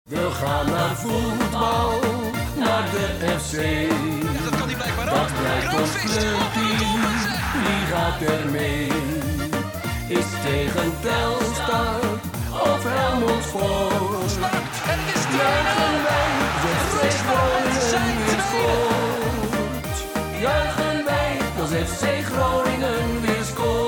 We gaan naar voetbal, naar de FC. Ja, dat kan hij blijkbaar ook. Dat blijkt ons clubteam, wie gaat er mee? Is tegen Telstar of Helmond Sport? En het is Juichen wij, als FC Groningen weer scoort. Juichen wij, als FC Groningen weer scoort.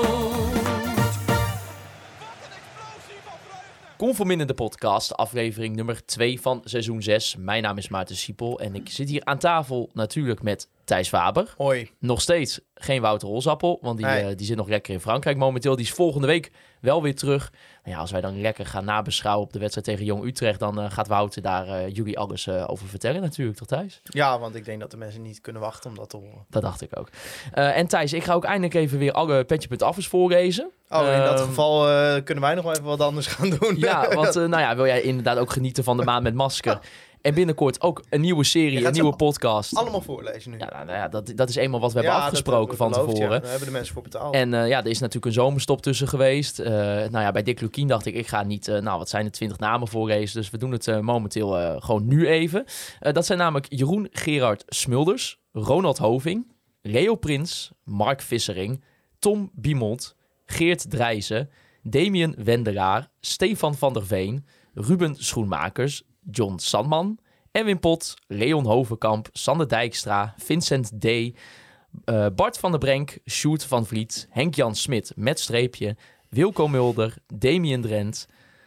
Conform in de podcast, aflevering nummer 2 van seizoen 6. Mijn naam is Maarten Siepel en ik zit hier aan tafel natuurlijk met Thijs Faber. Hoi. Nog steeds geen Wouter Holzappel, want die zit nog lekker in Frankrijk momenteel. Die is volgende week wel weer terug. Nou ja, als wij dan lekker gaan nabeschouwen op de wedstrijd tegen Jong Utrecht, dan gaat Wouter daar jullie alles over vertellen natuurlijk, toch Thijs? Ja, want ik denk dat de mensen niet kunnen wachten om dat te horen. Dat dacht ik ook. En Thijs, ik ga ook eindelijk even weer alle Petje.affers voorlezen. Oh, in dat geval kunnen wij nog wel even wat anders gaan doen. Ja, want wil jij inderdaad ook genieten van de maand met masker? En binnenkort ook een nieuwe serie, een nieuwe podcast. Allemaal voorlezen nu. Ja, dat is eenmaal wat we hebben afgesproken van tevoren. Ja, daar hebben de mensen voor betaald. En er is natuurlijk een zomerstop tussen geweest. Bij Dick Lukien dacht ik ga niet, wat zijn er 20 namen voorlezen. Dus we doen het momenteel gewoon nu even. Dat zijn namelijk Jeroen Gerard Smulders, Ronald Hoving, Leo Prins, Mark Vissering, Tom Biemond, Geert Drijzen, Damien Wendelaar, Stefan van der Veen, Ruben Schoenmakers, John Sandman, Erwin Pot, Leon Hovenkamp, Sander Dijkstra, Vincent D., Bart van der Brenk, Sjoerd van Vliet, Henk-Jan Smit met streepje, Wilco Mulder, Damien Drent,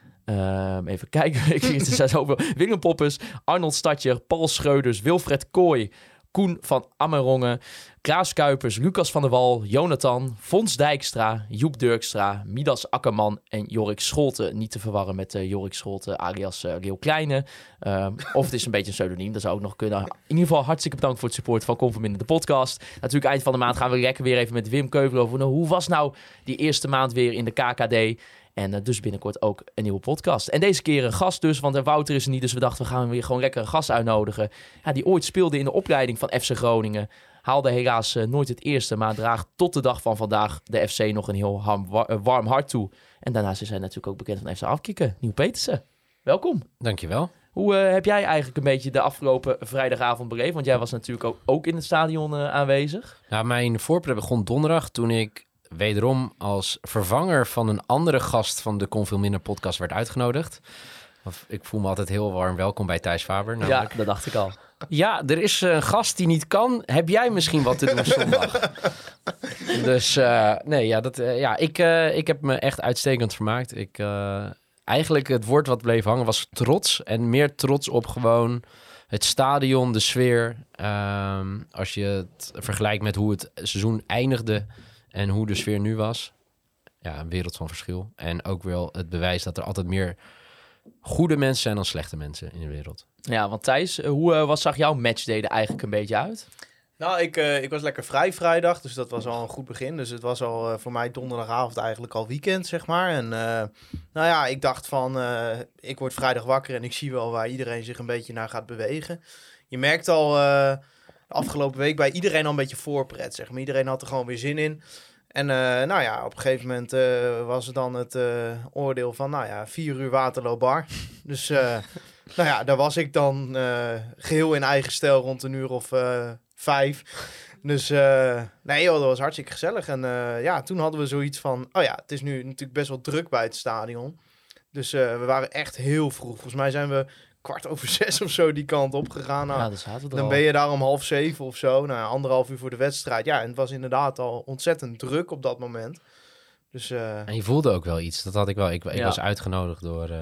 even kijken, er zijn zoveel, Willem Poppes, Arnold Stadjer, Paul Schreuders, Wilfred Kooi, Koen van Ammerongen, Klaas Kuipers, Lucas van der Wal, Jonathan, Fons Dijkstra, Joep Dirkstra, Midas Akkerman en Jorik Scholten. Niet te verwarren met Jorik Scholten alias Leeuw Kleine. Of het is een beetje een pseudoniem, dat zou ook nog kunnen. In ieder geval hartstikke bedankt voor het support van Conform in de podcast. Natuurlijk eind van de maand gaan we lekker weer even met Wim Keuvel over. Hoe was nou die eerste maand weer in de KKD? En dus binnenkort ook een nieuwe podcast. En deze keer een gast dus, want Wouter is er niet. Dus we dachten, we gaan weer gewoon lekker een gast uitnodigen. Ja, die ooit speelde in de opleiding van FC Groningen. Haalde helaas nooit het eerste, maar draagt tot de dag van vandaag de FC nog een heel warm hart toe. En daarnaast is hij natuurlijk ook bekend van FC Afkikken. Nieuw Petersen, welkom. Dankjewel. Hoe heb jij eigenlijk een beetje de afgelopen vrijdagavond beleefd? Want jij was natuurlijk ook in het stadion aanwezig. Nou, mijn voorpret begon donderdag toen ik wederom als vervanger van een andere gast van de Kon Veel Minder podcast werd uitgenodigd. Ik voel me altijd heel warm welkom bij Thijs Faber. Namelijk. Ja, dat dacht ik al. Ja, er is een gast die niet kan. Heb jij misschien wat te doen zondag? Dus ik heb me echt uitstekend vermaakt. Eigenlijk het woord wat bleef hangen was trots. En meer trots op gewoon het stadion, de sfeer. Als je het vergelijkt met hoe het seizoen eindigde en hoe de sfeer nu was. Ja, een wereld van verschil. En ook wel het bewijs dat er altijd meer goede mensen zijn dan slechte mensen in de wereld. Ja, want Thijs, wat zag jouw matchday er eigenlijk een beetje uit? Nou, ik was lekker vrij vrijdag, dus dat was al een goed begin. Dus het was al voor mij donderdagavond eigenlijk al weekend, zeg maar. En ik dacht van, ik word vrijdag wakker en ik zie wel waar iedereen zich een beetje naar gaat bewegen. Je merkt al de afgelopen week bij iedereen al een beetje voorpret, zeg maar. Iedereen had er gewoon weer zin in. En op een gegeven moment was het dan het oordeel van, 4 uur Waterloo Bar. Dus daar was ik dan geheel in eigen stijl rond een uur of 5. Dus dat was hartstikke gezellig. En toen hadden we zoiets van, het is nu natuurlijk best wel druk bij het stadion. Dus we waren echt heel vroeg. Volgens mij zijn we 6:15 of zo die kant op gegaan. Nou, dan ben je daar om 6:30 of zo. 1,5 uur voor de wedstrijd. Ja, en het was inderdaad al ontzettend druk op dat moment. Dus, En je voelde ook wel iets. Dat had ik wel. Ik was uitgenodigd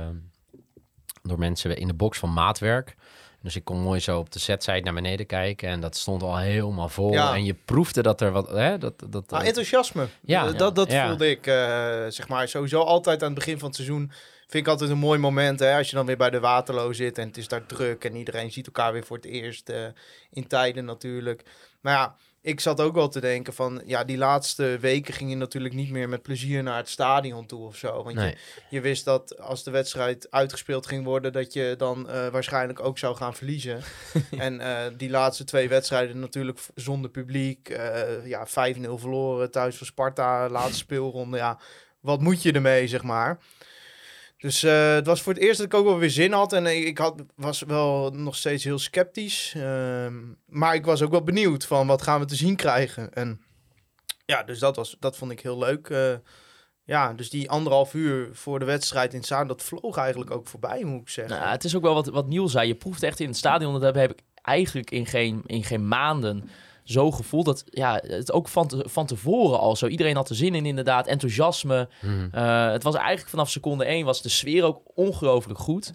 door mensen in de box van Maatwerk. Dus ik kon mooi zo op de setsite naar beneden kijken. En dat stond al helemaal vol. Ja. En je proefde dat er wat... enthousiasme. Ja. Dat voelde ik. Zeg maar sowieso altijd aan het begin van het seizoen. Vind ik altijd een mooi moment. Hè, als je dan weer bij de Waterloo zit. En het is daar druk. En iedereen ziet elkaar weer voor het eerst. In tijden natuurlijk. Maar ja, ik zat ook wel te denken van... Ja, die laatste weken ging je natuurlijk niet meer met plezier naar het stadion toe of zo. Want je wist dat als de wedstrijd uitgespeeld ging worden... dat je dan waarschijnlijk ook zou gaan verliezen. En die laatste 2 wedstrijden natuurlijk zonder publiek. 5-0 verloren thuis van Sparta. Laatste speelronde. Ja, wat moet je ermee, zeg maar? Dus het was voor het eerst dat ik ook wel weer zin had. En ik was wel nog steeds heel sceptisch. Maar ik was ook wel benieuwd van wat gaan we te zien krijgen. En ja, dus dat vond ik heel leuk. Dus die 1,5 uur voor de wedstrijd in het stadion, dat vloog eigenlijk ook voorbij, moet ik zeggen. Nou, het is ook wel wat Niels zei. Je proeft echt in het stadion, dat heb ik eigenlijk in geen maanden zo gevoeld. Dat het ook van tevoren al zo. Iedereen had er zin in, inderdaad. Enthousiasme. Het was eigenlijk vanaf seconde 1 was de sfeer ook ongelooflijk goed.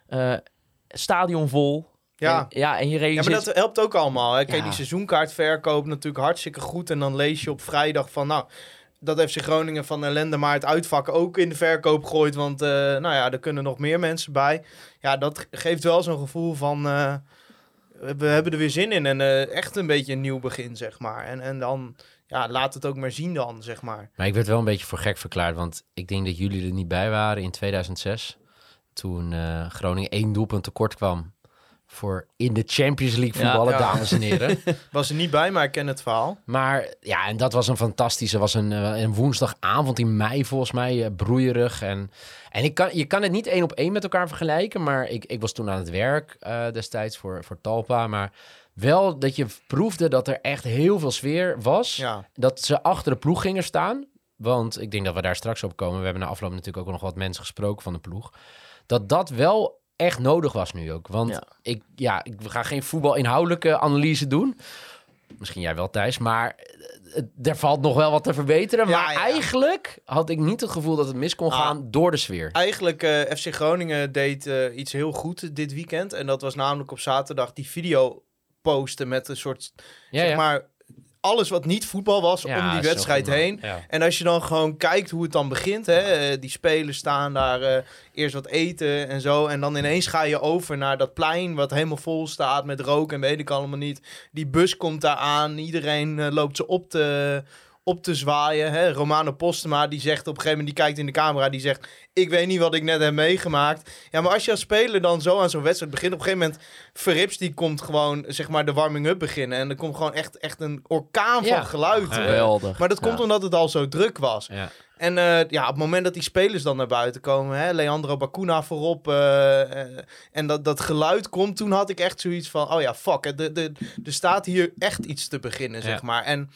Stadion vol. Ja. En je realiseert... Ja, maar dat helpt ook allemaal. Hè? Kijk, die seizoenkaartverkoop natuurlijk hartstikke goed. En dan lees je op vrijdag van, dat FC Groningen van ellende maar het uitvak ook in de verkoop gooit. Want er kunnen nog meer mensen bij. Ja, dat geeft wel zo'n gevoel van... we hebben er weer zin in. En echt een beetje een nieuw begin, zeg maar. En dan... Ja, laat het ook maar zien dan, zeg maar. Maar ik werd wel een beetje voor gek verklaard. Want ik denk dat jullie er niet bij waren in 2006. Toen Groningen 1 doelpunt tekort kwam. Voor in de Champions League voetballen, dames en heren. Was er niet bij, maar ik ken het verhaal. Maar ja, en dat was een fantastische... was een woensdagavond in mei volgens mij, broeierig. En je kan het niet 1 op 1 met elkaar vergelijken. Maar ik was toen aan het werk destijds voor Talpa. Maar wel dat je proefde dat er echt heel veel sfeer was. Ja. Dat ze achter de ploeg gingen staan. Want ik denk dat we daar straks op komen. We hebben na afloop natuurlijk ook nog wat mensen gesproken van de ploeg. Dat wel echt nodig was nu ook. Want we gaan geen voetbalinhoudelijke analyse doen. Misschien jij wel, Thijs. Maar er valt nog wel wat te verbeteren. Maar eigenlijk had ik niet het gevoel dat het mis kon gaan door de sfeer. Eigenlijk, FC Groningen deed iets heel goed dit weekend. En dat was namelijk op zaterdag die video posten met een soort, zeg maar... alles wat niet voetbal was om die wedstrijd heen. Ja. En als je dan gewoon kijkt hoe het dan begint. Hè, die spelers staan daar eerst wat eten en zo. En dan ineens ga je over naar dat plein wat helemaal vol staat met rook en weet ik allemaal niet. Die bus komt daar aan. Iedereen loopt ze op te zwaaien. Hè. Romano Postema, die zegt op een gegeven moment, die kijkt in de camera, die zegt, ik weet niet wat ik net heb meegemaakt. Ja, maar als je als speler dan zo aan zo'n wedstrijd begint, op een gegeven moment, Verrips, die komt gewoon, zeg maar, de warming-up beginnen. En er komt gewoon echt een orkaan van geluid. Geweldig. Maar dat komt omdat het al zo druk was. Ja. En op het moment dat die spelers dan naar buiten komen, hè, Leandro Bacuna voorop, en dat geluid komt, toen had ik echt zoiets van, fuck, er staat hier echt iets te beginnen, zeg maar. En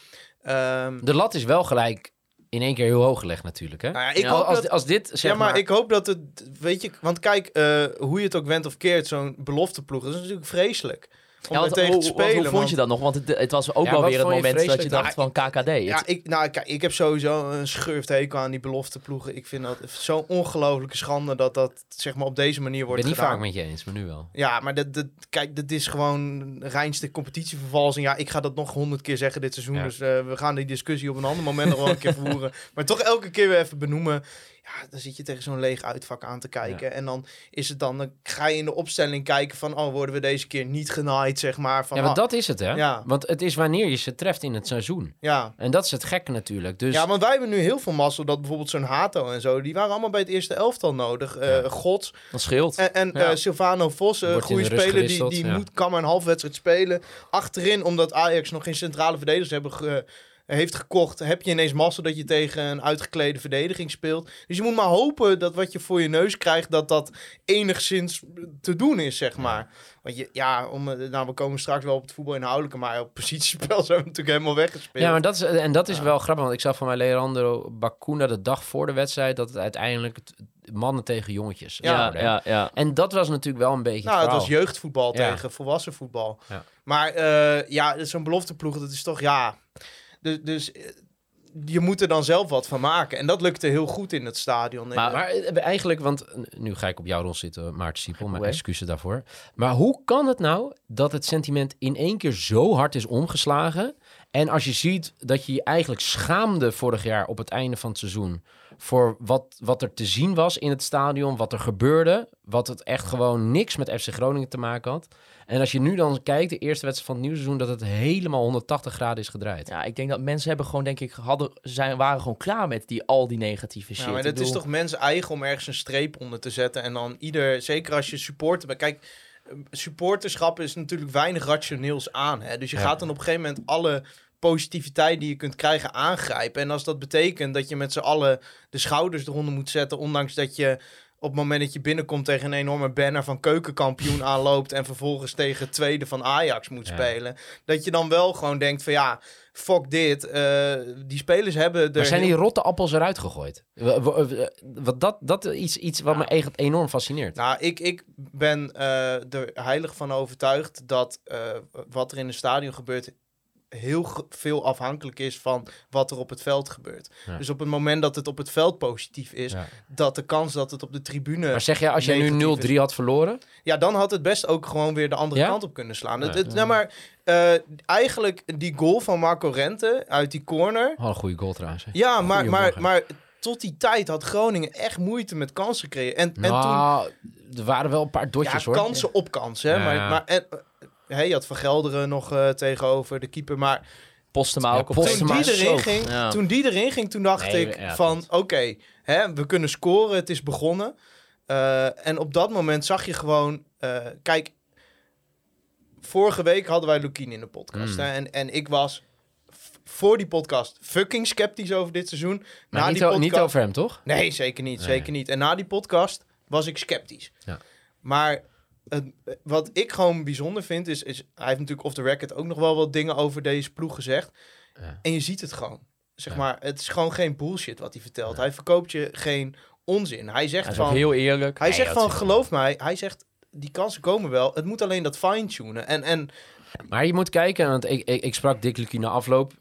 de lat is wel gelijk in één keer heel hoog gelegd natuurlijk, hè? Nou ja, als dit, zeg maar... ik hoop dat het... Weet je, want kijk, hoe je het ook went of keert, zo'n belofteploeg, dat is natuurlijk vreselijk. Om er tegen te spelen. Hoe vond je dat nog? Want het was ook wel weer het moment dat je dacht van KKD. Ja, ik heb sowieso een schurfthekel aan die belofteploegen. Ik vind dat zo'n ongelofelijke schande dat zeg maar op deze manier wordt gedaan. Ik ben niet vaak met je eens, maar nu wel. Ja, maar dit is gewoon reinste competitievervalsing. Ja, ik ga dat nog 100 keer zeggen dit seizoen. Ja. Dus we gaan die discussie op een ander moment nog wel een keer voeren. Maar toch elke keer weer even benoemen. Ja, dan zit je tegen zo'n leeg uitvak aan te kijken. Ja. En dan ga je in de opstelling kijken van, worden we deze keer niet genaaid, zeg maar. Van, want dat is het, hè? Ja. Want het is wanneer je ze treft in het seizoen. Ja. En dat is het gekke natuurlijk. Dus... Ja, want wij hebben nu heel veel mazzel dat bijvoorbeeld zo'n Hato en zo, die waren allemaal bij het eerste elftal nodig. Gods. Dat scheelt. En Silvano Vos, goede speler, die kan maar een half wedstrijd spelen. Achterin, omdat Ajax nog geen centrale verdedigers heeft gekocht, heb je ineens massa dat je tegen een uitgeklede verdediging speelt. Dus je moet maar hopen dat wat je voor je neus krijgt, dat enigszins te doen is, zeg maar. Want we komen straks wel op het voetbal inhoudelijke, maar op positiespel zijn we natuurlijk helemaal weggespeeld. Ja, maar dat is wel grappig, want ik zag van mij Leandro Bacuna de dag voor de wedstrijd dat het uiteindelijk mannen tegen jongetjes. Ja. En dat was natuurlijk wel een beetje het was jeugdvoetbal tegen volwassen voetbal. Ja. Maar zo'n belofteploeg, dat is toch, Dus je moet er dan zelf wat van maken. En dat lukte heel goed in het stadion. Maar eigenlijk, want nu ga ik op jouw rol zitten, Maarten Siepel, maar excuses daarvoor. Maar hoe kan het nou dat het sentiment in één keer zo hard is omgeslagen? En als je ziet dat je je eigenlijk schaamde vorig jaar op het einde van het seizoen voor wat er te zien was in het stadion, wat er gebeurde, wat het echt gewoon niks met FC Groningen te maken had. En als je nu dan kijkt, de eerste wedstrijd van het nieuwe seizoen, dat het helemaal 180 graden is gedraaid. Ja, ik denk dat mensen hebben gewoon, denk ik, waren gewoon klaar met al die negatieve shit. Ja, maar het is toch mensen eigen om ergens een streep onder te zetten. En dan zeker als je supporter bent. Kijk, supporterschap is natuurlijk weinig rationeels aan. Hè? Dus je gaat dan op een gegeven moment alle positiviteit die je kunt krijgen aangrijpen. En als dat betekent dat je met z'n allen de schouders eronder moet zetten, ondanks dat je op het moment dat je binnenkomt tegen een enorme banner van keukenkampioen aanloopt en vervolgens tegen het tweede van Ajax moet spelen, dat je dan wel gewoon denkt van ja, fuck dit. Die spelers hebben er... Maar zijn die rotte appels eruit gegooid? Dat is iets wat me echt enorm fascineert. Nou, ik ben er heilig van overtuigd dat wat er in het stadion gebeurt heel veel afhankelijk is van wat er op het veld gebeurt. Ja. Dus op het moment dat het op het veld positief is, dat de kans dat het op de tribune... Maar zeg je, als je nu 0-3 had verloren? Ja, dan had het best ook gewoon weer de andere kant op kunnen slaan. Nou, maar eigenlijk die goal van Marco Rente uit die corner... Oh, een goede goal trouwens. Hè? Ja, maar tot die tijd had Groningen echt moeite met kansen creëren. En toen... Er waren wel een paar dotjes, hoor. Kansen op kansen. Ja. Je had Van Gelderen nog tegenover de keeper, maar... Postema ook op Toen die erin ging, toen dacht ik van... Oké, we kunnen scoren, het is begonnen. En op dat moment zag je gewoon... kijk, vorige week hadden wij Lukien in de podcast. Hè, en ik was voor die podcast fucking sceptisch over dit seizoen. Maar niet over hem, toch? Nee, zeker niet. Zeker niet. En na die podcast was ik sceptisch. Ja. Maar... wat ik gewoon bijzonder vind, is... Hij heeft natuurlijk off the record ook nog wel wat dingen over deze ploeg gezegd. Ja. En je ziet het gewoon. Zeg maar, het is gewoon geen bullshit wat hij vertelt. Ja. Hij verkoopt je geen onzin. Hij zegt van... heel eerlijk. Hij zegt van, geloof mij. Hij zegt, die kansen komen wel. Het moet alleen dat fine-tunen. En maar je moet kijken, want ik sprak Dick Lukien na afloop.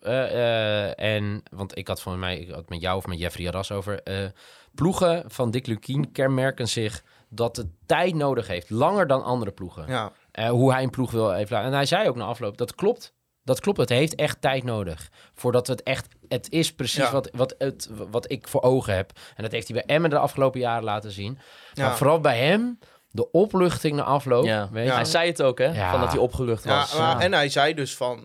Want ik had met jou of met Jeffrey Arras over. Ploegen van Dick Lukien kenmerken zich... dat het tijd nodig heeft. Langer dan andere ploegen. Ja. Hoe hij een ploeg wil even laten. En hij zei ook na afloop, dat klopt. Dat klopt, het heeft echt tijd nodig. Voordat het echt... Het is precies wat ik voor ogen heb. En dat heeft hij bij Emmen de afgelopen jaren laten zien. Maar vooral bij hem... De opluchting na afloop. Ja. Weet je? Hij zei het ook, hè? Ja. Van dat hij opgelucht was. En hij zei dus van...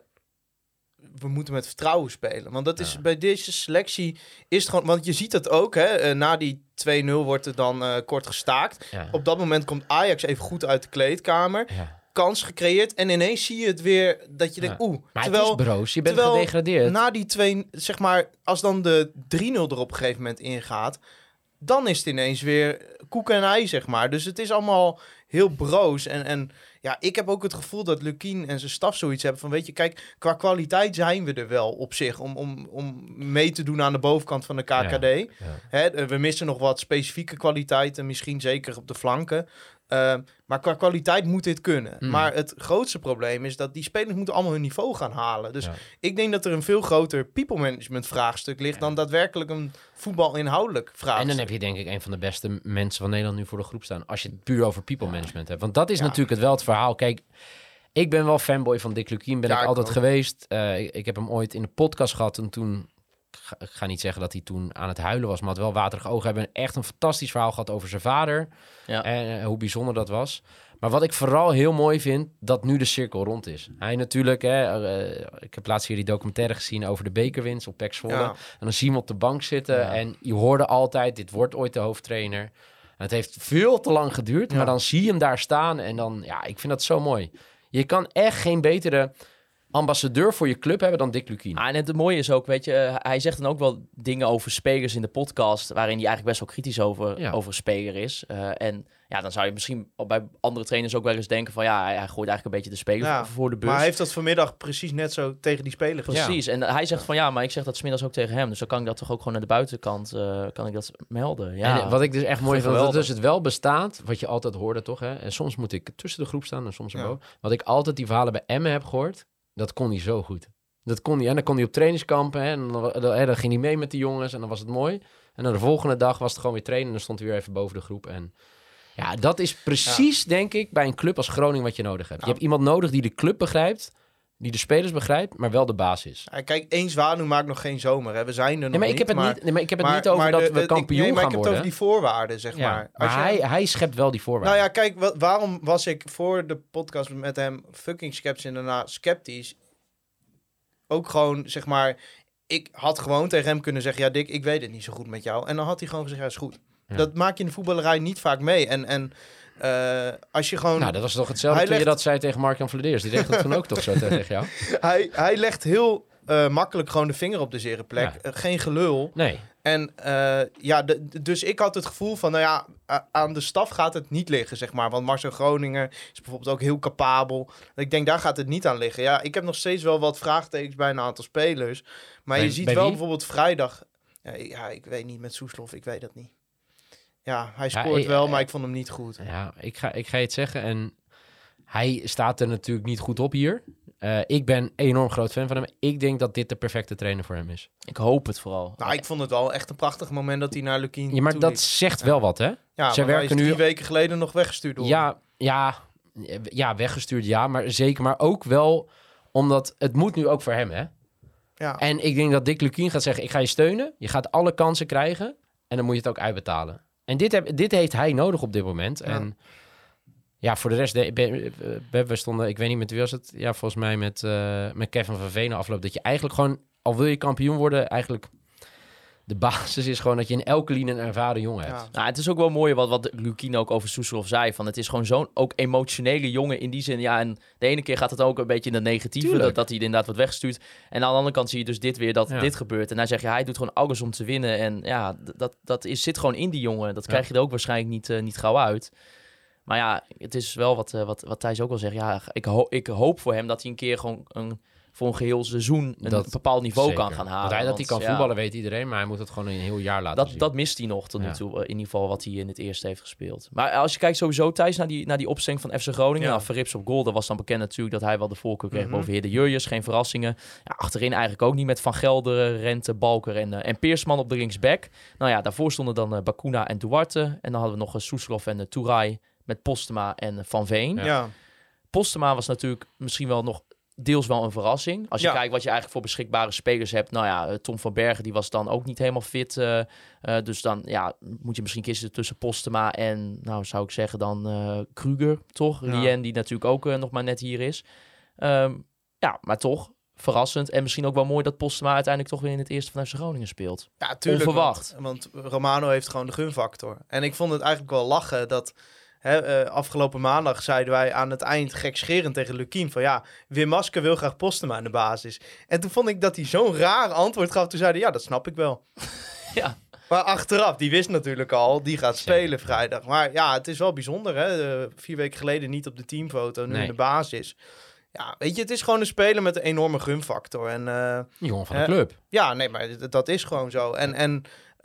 we moeten met vertrouwen spelen. Want dat is bij deze selectie... is het gewoon... Want je ziet het ook, hè? Na die 2-0 wordt er dan kort gestaakt. Ja. Op dat moment komt Ajax even goed uit de kleedkamer. Ja. Kans gecreëerd. En ineens zie je het weer... dat je denkt, Maar terwijl, het is broos. Je bent gedegradeerd. Na die 2... Zeg maar... Als dan de 3-0 er op een gegeven moment ingaat... dan is het ineens weer koek en ei, zeg maar. Dus het is allemaal heel broos. En ja, ik heb ook het gevoel dat Lukien en zijn staf zoiets hebben van... weet je, kijk, qua kwaliteit zijn we er wel op zich... om mee te doen aan de bovenkant van de KKD. Ja, ja. Hè, we missen nog wat specifieke kwaliteiten, misschien zeker op de flanken... maar qua kwaliteit moet dit kunnen. Maar het grootste probleem is dat die spelers moeten allemaal hun niveau gaan halen. Dus ik denk dat er een veel groter people management vraagstuk ligt... dan daadwerkelijk een voetbalinhoudelijk vraagstuk. En dan heb je denk ik een van de beste mensen van Nederland nu voor de groep staan... als je het puur over people management hebt. Want dat is natuurlijk het verhaal. Kijk, ik ben wel fanboy van Dick Lukien, ben ik altijd ook geweest. Ik heb hem ooit in de podcast gehad en toen... Ik ga niet zeggen dat hij toen aan het huilen was, maar had wel waterige ogen. Hebben echt een fantastisch verhaal gehad over zijn vader. Ja. En hoe bijzonder dat was. Maar wat ik vooral heel mooi vind, dat nu de cirkel rond is. Hij natuurlijk, ik heb laatst hier die documentaire gezien over de bekerwinst op PEC Zwolle. Ja. En dan zie je hem op de bank zitten en je hoorde altijd, dit wordt ooit de hoofdtrainer. En het heeft veel te lang geduurd, maar dan zie je hem daar staan en dan, ik vind dat zo mooi. Je kan echt geen betere... ambassadeur voor je club hebben dan Dick Lukien. En het mooie is ook, weet je, hij zegt dan ook wel dingen over spelers in de podcast, waarin hij eigenlijk best wel kritisch over een speler is. En dan zou je misschien bij andere trainers ook wel eens denken van hij gooit eigenlijk een beetje de speler voor de bus. Maar hij heeft dat vanmiddag precies net zo tegen die speler gezegd. Precies, en hij zegt van maar ik zeg dat 's middags ook tegen hem. Dus dan kan ik dat toch ook gewoon naar de buitenkant kan ik dat melden. Ja. En wat ik dus echt mooi vind, dat dus het wel bestaat, wat je altijd hoorde toch, hè? En soms moet ik tussen de groep staan en soms erboven. Wat ik altijd die verhalen bij Emmen heb gehoord, dat kon hij zo goed. Dat kon hij. En dan kon hij op trainingskampen. Hè, en dan ging hij mee met de jongens. En dan was het mooi. En dan de volgende dag was het gewoon weer trainen. En dan stond hij weer even boven de groep. En dat is precies, denk ik, bij een club als Groningen wat je nodig hebt. Je hebt iemand nodig die de club begrijpt. Die de spelers begrijpt, maar wel de basis. Kijk, één zwaluw maakt nog geen zomer. Hè. We zijn er nog niet. Ik heb het niet over dat we kampioen gaan worden. Maar ik heb het over die voorwaarden, zeg maar. Maar hij schept wel die voorwaarden. Nou ja, kijk, waarom was ik voor de podcast met hem fucking sceptisch en daarna sceptisch? Ook gewoon, zeg maar... Ik had gewoon tegen hem kunnen zeggen... Ja, Dick, ik weet het niet zo goed met jou. En dan had hij gewoon gezegd, ja, is goed. Ja. Dat maak je in de voetballerij niet vaak mee. En als je gewoon... Nou, dat was toch hetzelfde toen je dat zei tegen Mark-Jan Vladeers. Die deed dat toen ook toch zo tegen jou? Hij legt heel makkelijk gewoon de vinger op de zere plek. Ja. Geen gelul. Nee. En dus ik had het gevoel van, aan de staf gaat het niet liggen, zeg maar. Want Marcel Groninger is bijvoorbeeld ook heel capabel. Ik denk, daar gaat het niet aan liggen. Ja, ik heb nog steeds wel wat vraagtekens bij een aantal spelers. Maar je ziet bij wel wie? bijvoorbeeld vrijdag... Ja, ik weet niet, met Soeslof, ik weet dat niet. Ja, hij scoort wel, maar ik vond hem niet goed. Ja, ik ga je het zeggen. En hij staat er natuurlijk niet goed op hier. Ik ben enorm groot fan van hem. Ik denk dat dit de perfecte trainer voor hem is. Ik hoop het vooral. Nou, ik vond het wel echt een prachtig moment dat hij naar Lukien Ja, maar toeliep. dat zegt wel wat, hè? Ja, zij maar hij werken is nu 3 weken geleden nog weggestuurd door. Ja, weggestuurd, ja. Maar zeker, maar ook wel omdat het moet nu ook voor hem, hè? Ja. En ik denk dat Dick Lukien gaat zeggen, ik ga je steunen. Je gaat alle kansen krijgen. En dan moet je het ook uitbetalen. En dit heeft hij nodig op dit moment. Ja. En ja, voor de rest, we stonden, ik weet niet met wie was het. Ja, volgens mij met Kevin van Veen afloop. Dat je eigenlijk gewoon, al wil je kampioen worden, eigenlijk de basis is gewoon dat je in elke linie een ervaren jongen hebt. Ja. Nou, het is ook wel mooi wat Lukien ook over Soeslof zei. Van het is gewoon zo'n ook emotionele jongen in die zin. Ja, en de ene keer gaat het ook een beetje in de negatieve. Dat hij inderdaad wordt weggestuurd. En aan de andere kant zie je dus dit weer, dat dit gebeurt. En hij zegt, hij doet gewoon alles om te winnen. En ja, zit gewoon in die jongen. Dat krijg je er ook waarschijnlijk niet gauw uit. Maar ja, het is wel wat Thijs ook wel zegt. Ja, ik hoop voor hem dat hij een keer gewoon voor een geheel seizoen een bepaald niveau kan gaan halen. Want hij kan voetballen weet iedereen, maar hij moet het gewoon een heel jaar laten zien. Dat mist hij nog tot nu toe, in ieder geval wat hij in het eerste heeft gespeeld. Maar als je kijkt sowieso, Thijs, naar die opstelling van FC Groningen. Ja. Nou, Verrips op goal, dat was dan bekend natuurlijk dat hij wel de voorkeur kreeg boven Heerde Jurjes. Geen verrassingen. Ja, achterin eigenlijk ook niet met Van Gelderen, Rente, Balker en Peersman op de linksback. Nou ja, daarvoor stonden dan Bakuna en Duarte. En dan hadden we nog Soeslof en Touray met Postema en Van Veen. Ja. Postema was natuurlijk misschien wel nog deels wel een verrassing. Als je kijkt wat je eigenlijk voor beschikbare spelers hebt. Nou ja, Tom van Bergen die was dan ook niet helemaal fit. Dus dan moet je misschien kiezen tussen Postema en, nou zou ik zeggen dan Kruger, toch? Ja. Rien die natuurlijk ook nog maar net hier is. Maar toch verrassend. En misschien ook wel mooi dat Postema uiteindelijk toch weer in het eerste van FC Groningen speelt. Ja, tuurlijk. Onverwacht. Want Romano heeft gewoon de gunfactor. En ik vond het eigenlijk wel lachen dat... afgelopen maandag zeiden wij aan het eind gekscherend tegen Lukien van ja, Wim Masker wil graag Postema in de basis. En toen vond ik dat hij zo'n raar antwoord gaf. Toen zeiden ja, dat snap ik wel. Ja. Maar achteraf, die wist natuurlijk al, die gaat spelen vrijdag. Maar ja, het is wel bijzonder, hè. 4 weken geleden niet op de teamfoto, nu in de basis. Ja, weet je, het is gewoon een speler met een enorme gunfactor. En, jongen van de club. Ja, nee, maar dat is gewoon zo. En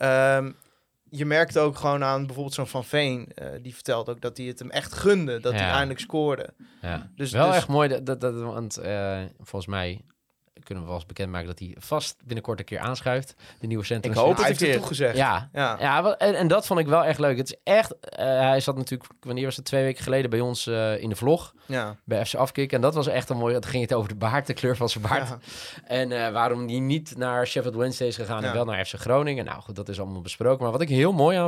je merkt ook gewoon aan bijvoorbeeld zo'n Van Veen, die vertelde ook dat hij het hem echt gunde, dat hij eindelijk scoorde. Ja. Dus, wel echt mooi, want volgens mij kunnen we wel eens bekendmaken dat hij vast binnenkort een keer aanschuift, de nieuwe centrum. Ik hoop het hij een heeft het keer. toegezegd. Ja, en dat vond ik wel echt leuk. Het is echt, hij zat natuurlijk, wanneer was het, 2 weken geleden bij ons in de vlog, bij FC Afkik. En dat was echt een mooi, dan ging het over de baard, de kleur van zijn baard. Ja. En waarom die niet naar Sheffield Wednesday is gegaan en wel naar FC Groningen. Nou goed, dat is allemaal besproken. Maar wat ik heel mooi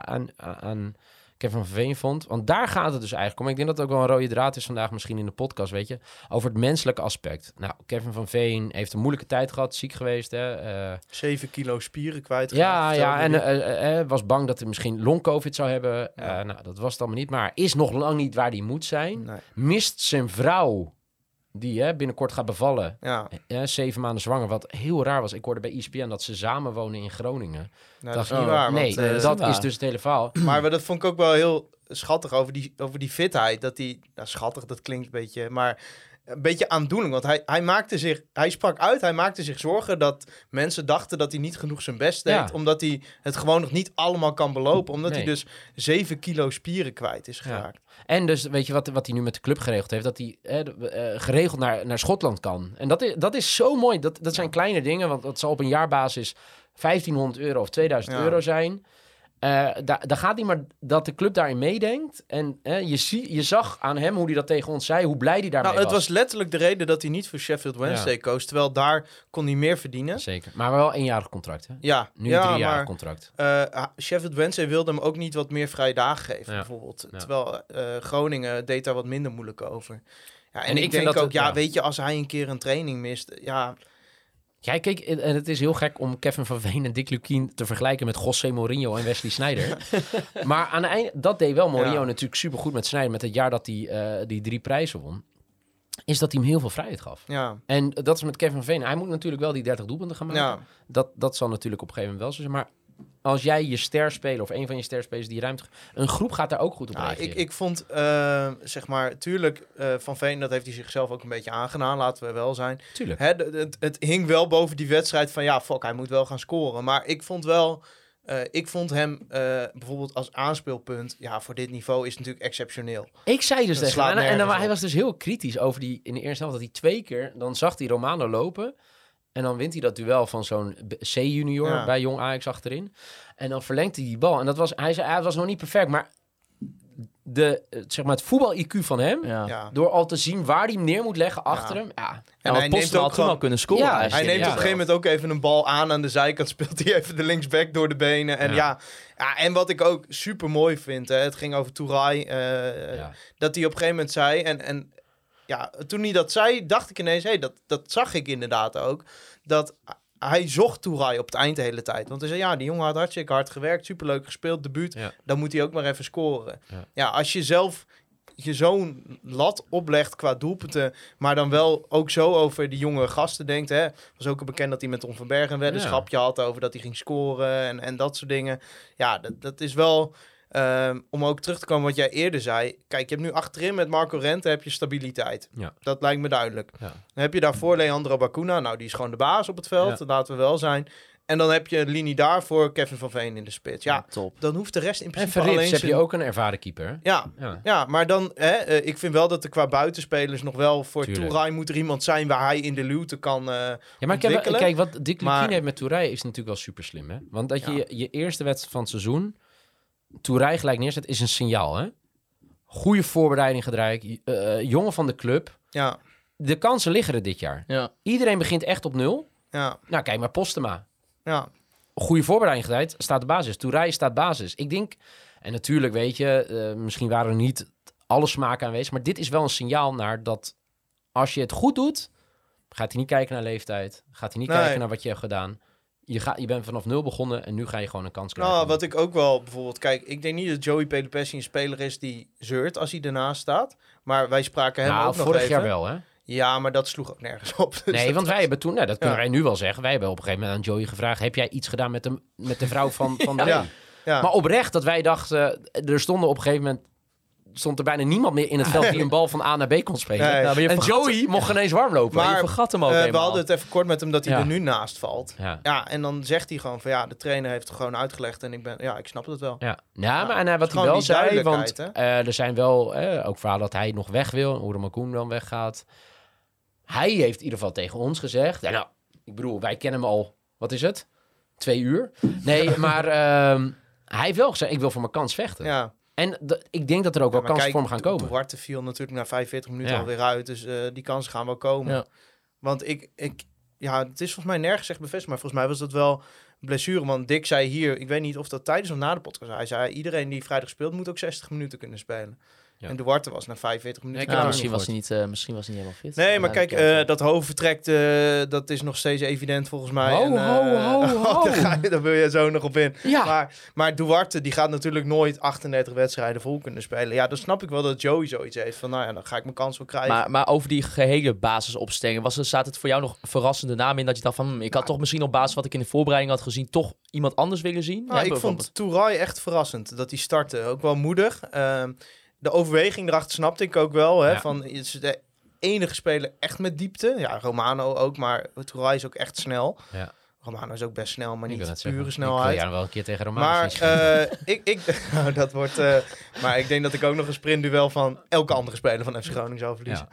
aan Kevin van Veen vond, want daar gaat het dus eigenlijk om. Ik denk dat het ook wel een rode draad is vandaag misschien in de podcast, weet je, over het menselijke aspect. Nou, Kevin van Veen heeft een moeilijke tijd gehad, ziek geweest. Hè, 7 kilo spieren kwijt. Ja, en was bang dat hij misschien long-covid zou hebben. Ja. Nou, dat was het allemaal niet, maar is nog lang niet waar hij moet zijn. Nee. Mist zijn vrouw, die binnenkort gaat bevallen. Ja. 7 maanden zwanger, wat heel raar was. Ik hoorde bij ESPN dat ze samen wonen in Groningen. Nou, dat is niet waar. Nee, dat is dus het hele verhaal. Maar dat vond ik ook wel heel schattig over die fitheid. Dat die, nou, schattig, dat klinkt een beetje, maar een beetje aandoenlijk. Want hij sprak uit, hij maakte zich zorgen dat mensen dachten dat hij niet genoeg zijn best deed. Ja. Omdat hij het gewoon nog niet allemaal kan belopen. Omdat hij dus 7 kilo spieren kwijt is geraakt. Ja. En dus, weet je wat hij nu met de club geregeld heeft? Dat hij geregeld naar Schotland kan. En dat is zo mooi. Dat zijn kleine dingen, want dat zal op een jaarbasis €1.500 of €2.000 zijn. Daar gaat hij maar dat de club daarin meedenkt. En je zag aan hem hoe hij dat tegen ons zei, hoe blij hij daarmee was. Het was letterlijk de reden dat hij niet voor Sheffield Wednesday koos. Terwijl daar kon hij meer verdienen. Zeker, maar wel 1-jarig contract. Hè? Ja. Nu een 3-jarig contract. Sheffield Wednesday wilde hem ook niet wat meer vrije dagen geven, bijvoorbeeld. Ja. Terwijl Groningen deed daar wat minder moeilijk over. Ja, en ik denk ook, weet je, als hij een keer een training mist, Ja, kijk, en het is heel gek om Kevin van Veen en Dick Lukien te vergelijken met José Mourinho en Wesley Sneijder. Maar aan het einde, dat deed wel Mourinho natuurlijk supergoed met Sneijder, met het jaar dat hij die 3 prijzen won. is dat hij hem heel veel vrijheid gaf. Ja. En dat is met Kevin van Veen. Hij moet natuurlijk wel die 30 doelpunten gaan maken. Ja. Dat zal natuurlijk op een gegeven moment wel zo zijn. Maar als jij je sterspeler of een van je sterspelers die ruimte... Een groep gaat daar ook goed op reageren. Ik vond, zeg maar, tuurlijk, Van Veen, dat heeft hij zichzelf ook een beetje aangedaan, laten we wel zijn. Tuurlijk. Hè, het hing wel boven die wedstrijd van, ja, fuck, hij moet wel gaan scoren. Maar ik vond wel, hem bijvoorbeeld als aanspeelpunt, ja, voor dit niveau is het natuurlijk exceptioneel. Ik zei dus Dat tegen slaat hem, en nergens hij op. was dus heel kritisch over die in de eerste helft, dat hij 2 keer, dan zag hij Romano lopen en dan wint hij dat duel van zo'n C-junior bij Jong Ajax achterin. En dan verlengt hij die bal. En dat was, hij zei, het was nog niet perfect, maar het voetbal-IQ van hem, Ja. door al te zien waar hij hem neer moet leggen achter hem. Ja. En hij neemt ook toen al kunnen scoren. Ja, eigenlijk. Hij neemt op een gegeven moment ook even een bal aan de zijkant, speelt hij even de linksback door de benen. En en wat ik ook super mooi vind, hè, het ging over Touray, dat hij op een gegeven moment zei, en toen hij dat zei, dacht ik ineens, dat zag ik inderdaad ook, dat hij zocht Touray op het eind de hele tijd. Want hij zei, die jongen had hartstikke hard gewerkt, superleuk gespeeld, debuut, dan moet hij ook maar even scoren. Ja, als je zelf je zo'n lat oplegt qua doelpunten, maar dan wel ook zo over die jonge gasten denkt. Hè. Was ook bekend dat hij met Tom van Bergen een weddenschapje had over dat hij ging scoren en dat soort dingen. Ja, dat is wel... om ook terug te komen wat jij eerder zei. Kijk, je hebt nu achterin met Marco Rente heb je stabiliteit. Ja. Dat lijkt me duidelijk. Ja. Dan heb je daarvoor Leandro Bacuna. Nou, die is gewoon de baas op het veld. Dat laten we wel zijn. En dan heb je een linie daarvoor Kevin van Veen in de spits. Ja, top. Dan hoeft de rest in principe alleen... En alleen... heb je ook een ervaren keeper. Ja, maar dan... ik vind wel dat er qua buitenspelers nog wel... Voor Touray moet er iemand zijn waar hij in de luwte kan ontwikkelen. Kijk, wat Dick Lukien heeft met Touray is natuurlijk wel super slim. Hè? Want dat je eerste wedstrijd van het seizoen... Touray gelijk neerzet, is een signaal, hè? Goede voorbereiding gedraaid. Jongen van de club. Ja. De kansen liggen er dit jaar. Ja. Iedereen begint echt op 0. Ja. Nou, kijk maar Postema. Ja. Goede voorbereiding gedraaid, staat de basis. Touray staat basis. Ik denk, en natuurlijk weet je, misschien waren er niet alle smaken aanwezig, maar dit is wel een signaal naar dat als je het goed doet, gaat hij niet kijken naar leeftijd. Gaat hij niet kijken naar wat je hebt gedaan. Je bent vanaf 0 begonnen en nu ga je gewoon een kans krijgen. Nou, wat ik ook wel bijvoorbeeld... Kijk, ik denk niet dat Joey Pelopessi een speler is die zeurt als hij ernaast staat. Maar wij spraken hem ook nog vorig jaar wel, hè? Ja, maar dat sloeg ook nergens op. Dus nee, want wij hebben toen... dat kunnen wij nu wel zeggen. Wij hebben op een gegeven moment aan Joey gevraagd... Heb jij iets gedaan met de vrouw van de ja. Maar oprecht dat wij dachten... Er stonden op een gegeven moment... stond er bijna niemand meer in het veld die een bal van A naar B kon spelen. Nee. Nou, en Joey mocht ineens warm lopen. Maar je vergat hem ook we hadden het even kort met hem dat hij er nu naast valt. Ja. En dan zegt hij gewoon van de trainer heeft het gewoon uitgelegd en ik snap het wel. Maar wat hij wel zei, want er zijn wel ook verhalen dat hij nog weg wil, hoe de Makoen dan weggaat. Hij heeft in ieder geval tegen ons gezegd, ik bedoel, wij kennen hem al, wat is het? 2 uur? Nee, maar hij heeft wel gezegd, ik wil voor mijn kans vechten. Ja. En ik denk dat er ook wel kansen voor hem gaan komen. Duarte viel natuurlijk na 45 minuten alweer uit. Dus die kansen gaan wel komen. Ja. Want het is volgens mij nergens echt bevestigd. Maar volgens mij was dat wel een blessure. Want Dick zei hier, ik weet niet of dat tijdens of na de podcast. Hij zei, iedereen die vrijdag speelt moet ook 60 minuten kunnen spelen. Ja. En Duarte was na 45 minuten. Misschien was hij niet helemaal fit. Nee, maar kijk, dat hoofdvertrekt, dat is nog steeds evident volgens mij. Ho. Daar wil je zo nog op in. Ja. Maar Duarte, die gaat natuurlijk nooit 38 wedstrijden vol kunnen spelen. Ja, dan snap ik wel dat Joey zoiets heeft van, dan ga ik mijn kans wel krijgen. Maar over die gehele basisopstelling, staat het voor jou nog verrassende naam in dat je dacht van, ik had toch misschien op basis wat ik in de voorbereiding had gezien, toch iemand anders willen zien? Ik vond Touray echt verrassend, dat hij startte. Ook wel moedig. De overweging erachter snapte ik ook wel. Hè, het is de enige speler echt met diepte. Ja, Romano ook, maar Touray is ook echt snel. Ja. Romano is ook best snel, maar niet pure snelheid. Ik wel een keer tegen Romano. Maar dat wordt... maar ik denk dat ik ook nog een sprintduel van elke andere speler van FC Groningen zou verliezen.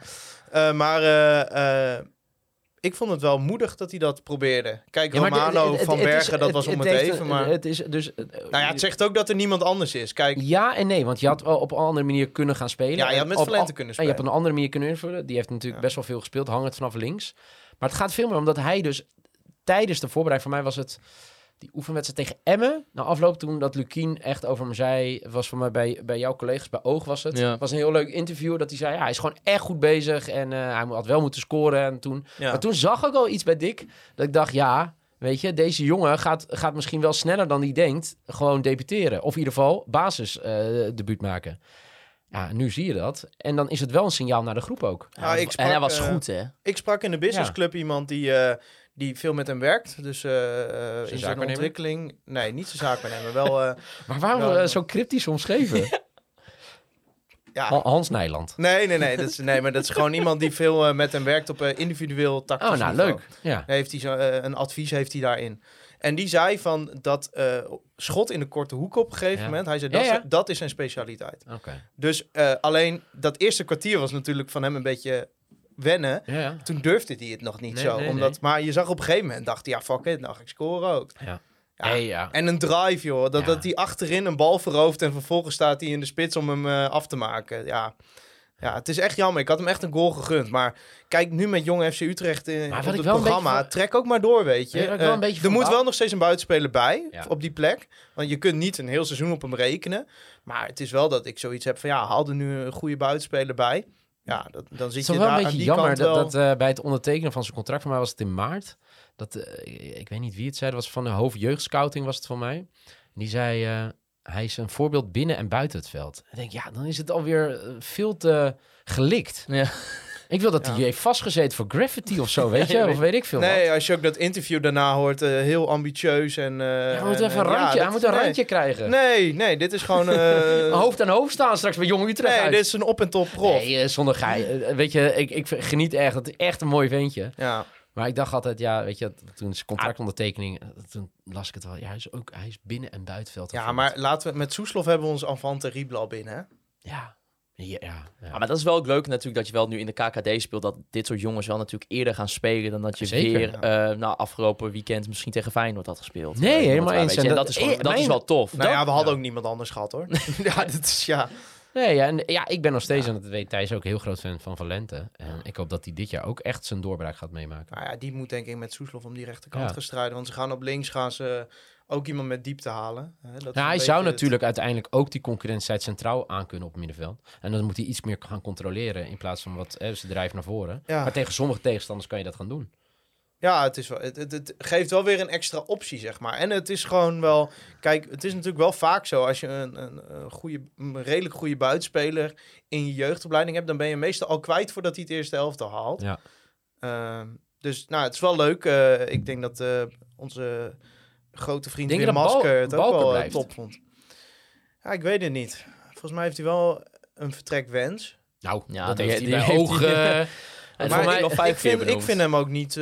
Ja. Ik vond het wel moedig dat hij dat probeerde. Kijk, Romano van Bergen, dat was om het even. Maar het is dus... het zegt ook dat er niemand anders is. Kijk. Ja en nee, want je had wel op een andere manier kunnen gaan spelen. Ja, je had met Valente kunnen spelen. En je hebt op een andere manier kunnen invullen. Die heeft natuurlijk best wel veel gespeeld, hangend vanaf links. Maar het gaat veel meer omdat hij dus tijdens de voorbereiding... Voor mij was het die oefenwedstrijd tegen Emmen. Na afloop toen dat Lukien echt over me zei... was voor mij bij jouw collega's, bij Oog was het. Ja. Was een heel leuk interview dat hij zei... hij is gewoon echt goed bezig en hij had wel moeten scoren. En toen, maar toen zag ik al iets bij Dick... dat ik dacht, weet je... deze jongen gaat misschien wel sneller dan hij denkt... gewoon debuteren. Of in ieder geval basisdebuut maken. Ja, nu zie je dat. En dan is het wel een signaal naar de groep ook. Ja, ik sprak, en hij was goed, hè? Ik sprak in de businessclub iemand die veel met hem werkt. Dus in zijn zaakwaarnemer? ontwikkeling... Nee, niet zijn zaakwaarnemer. Wel... Maar waarom zo cryptisch omschreven? ja. Hans Nijland. Nee. Maar dat is gewoon iemand die veel met hem werkt op individueel tactisch niveau. Leuk. Ja. Heeft hij een advies heeft hij daarin. En die zei van dat schot in de korte hoek op een gegeven moment. Hij zei dat is zijn specialiteit. Oké. Dus alleen dat eerste kwartier was natuurlijk van hem een beetje wennen. Ja. Toen durfde hij het nog niet zo. Nee. Maar je zag op een gegeven moment, dacht hij, ja fuck it, nou ga ik scoren ook. Ja. Ja. Ja. En een drive, joh. Dat hij achterin een bal verovert en vervolgens staat hij in de spits om hem af te maken. Ja, het is echt jammer. Ik had hem echt een goal gegund. Maar kijk, nu met Jong FC Utrecht op het programma. Trek ook maar door, weet je. Er moet wel nog steeds een buitenspeler bij op die plek. Want je kunt niet een heel seizoen op hem rekenen. Maar het is wel dat ik zoiets heb van... haal er nu een goede buitenspeler bij. Ja, dan zit je daar aan die kant wel... Het is wel een beetje jammer dat bij het ondertekenen van zijn contract... voor mij was het in maart... ik weet niet wie het zei, dat was van de hoofdjeugdscouting was het van mij. Die zei, hij is een voorbeeld binnen en buiten het veld. Ik denk, dan is het alweer veel te gelikt. Ja. Ik wil dat hij heeft vastgezeten voor graffiti of zo, weet je? Of weet ik veel wat. Als je ook dat interview daarna hoort, heel ambitieus. En, hij moet even een randje, hij moet een randje krijgen. Nee, dit is gewoon... hoofd aan hoofd staan straks bij Jong Utrecht. Nee, dit is een op- en top prof. Nee, zonder gein. Weet je, ik geniet echt. Het is echt een mooi ventje. Ja. Maar ik dacht altijd, weet je, toen zijn contractondertekening, toen las ik het wel. Ja, hij is binnen- en buitenveld. Ja, maar laten we met Soeslof hebben we ons enfant terrible al binnen, hè? Ja. Maar dat is wel het leuke natuurlijk dat je wel nu in de KKD speelt, dat dit soort jongens wel natuurlijk eerder gaan spelen dan dat je afgelopen weekend misschien tegen Feyenoord had gespeeld. Nee, helemaal eens. En dat is wel tof. Nou ja, we hadden ook niemand anders gehad, hoor. Dat is Nee, ik ben nog steeds, en dat weet Thijs ook, heel groot fan van Valente. En ik hoop dat hij dit jaar ook echt zijn doorbraak gaat meemaken. Nou ja, die moet denk ik met Soeslof om die rechterkant gaan strijden. Want ze gaan op links ook iemand met diepte halen. Hij zou natuurlijk uiteindelijk ook die concurrentie centraal aan kunnen op het middenveld. En dan moet hij iets meer gaan controleren in plaats van ze drijven naar voren. Ja. Maar tegen sommige tegenstanders kan je dat gaan doen. Ja, het geeft wel weer een extra optie, zeg maar. En het is gewoon wel... Kijk, het is natuurlijk wel vaak zo... als je een redelijk goede buitenspeler in je jeugdopleiding hebt... dan ben je meestal al kwijt voordat hij het eerste elftal haalt. Ja. Dus het is wel leuk. Ik denk dat onze grote vriend Wim Masker het ook wel top vond. Ja, ik weet het niet. Volgens mij heeft hij wel een vertrekwens. Nou, dat heeft hij bij ogen... Maar ik vind hem ook niet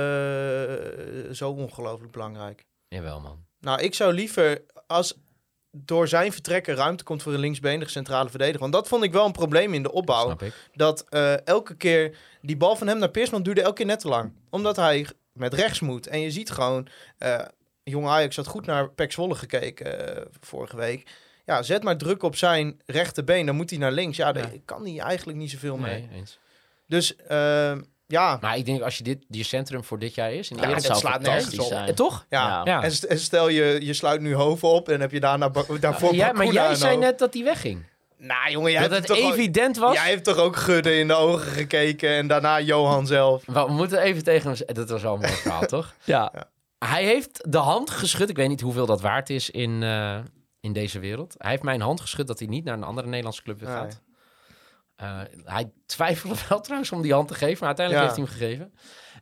zo ongelooflijk belangrijk. Jawel, man. Nou, ik zou liever als door zijn vertrekken ruimte komt voor een linksbenige centrale verdediger. Want dat vond ik wel een probleem in de opbouw. Snap ik. Dat elke keer die bal van hem naar Peersman duurde elke keer net te lang. Omdat hij met rechts moet. En je ziet gewoon, Jong Ajax had goed naar PEC Zwolle gekeken vorige week. Ja, zet maar druk op zijn rechterbeen, dan moet hij naar links. Ja, daar kan hij eigenlijk niet zoveel mee. Nee, eens. Dus Maar ik denk als je centrum voor dit jaar is... dat slaat nergens op. Zijn. Toch? Ja. En stel je sluit nu Hoven op en heb je daarvoor maar jij zei net dat hij wegging. Nou jongen, dat het evident was. Jij hebt toch ook Gudde in de ogen gekeken en daarna Johan zelf. We moeten even tegen hem... Dat was al een mooi verhaal, toch? Ja. Hij heeft de hand geschud. Ik weet niet hoeveel dat waard is in deze wereld. Hij heeft mij een hand geschud dat hij niet naar een andere Nederlandse club gaat. Hij twijfelde wel trouwens om die hand te geven, maar uiteindelijk heeft hij hem gegeven.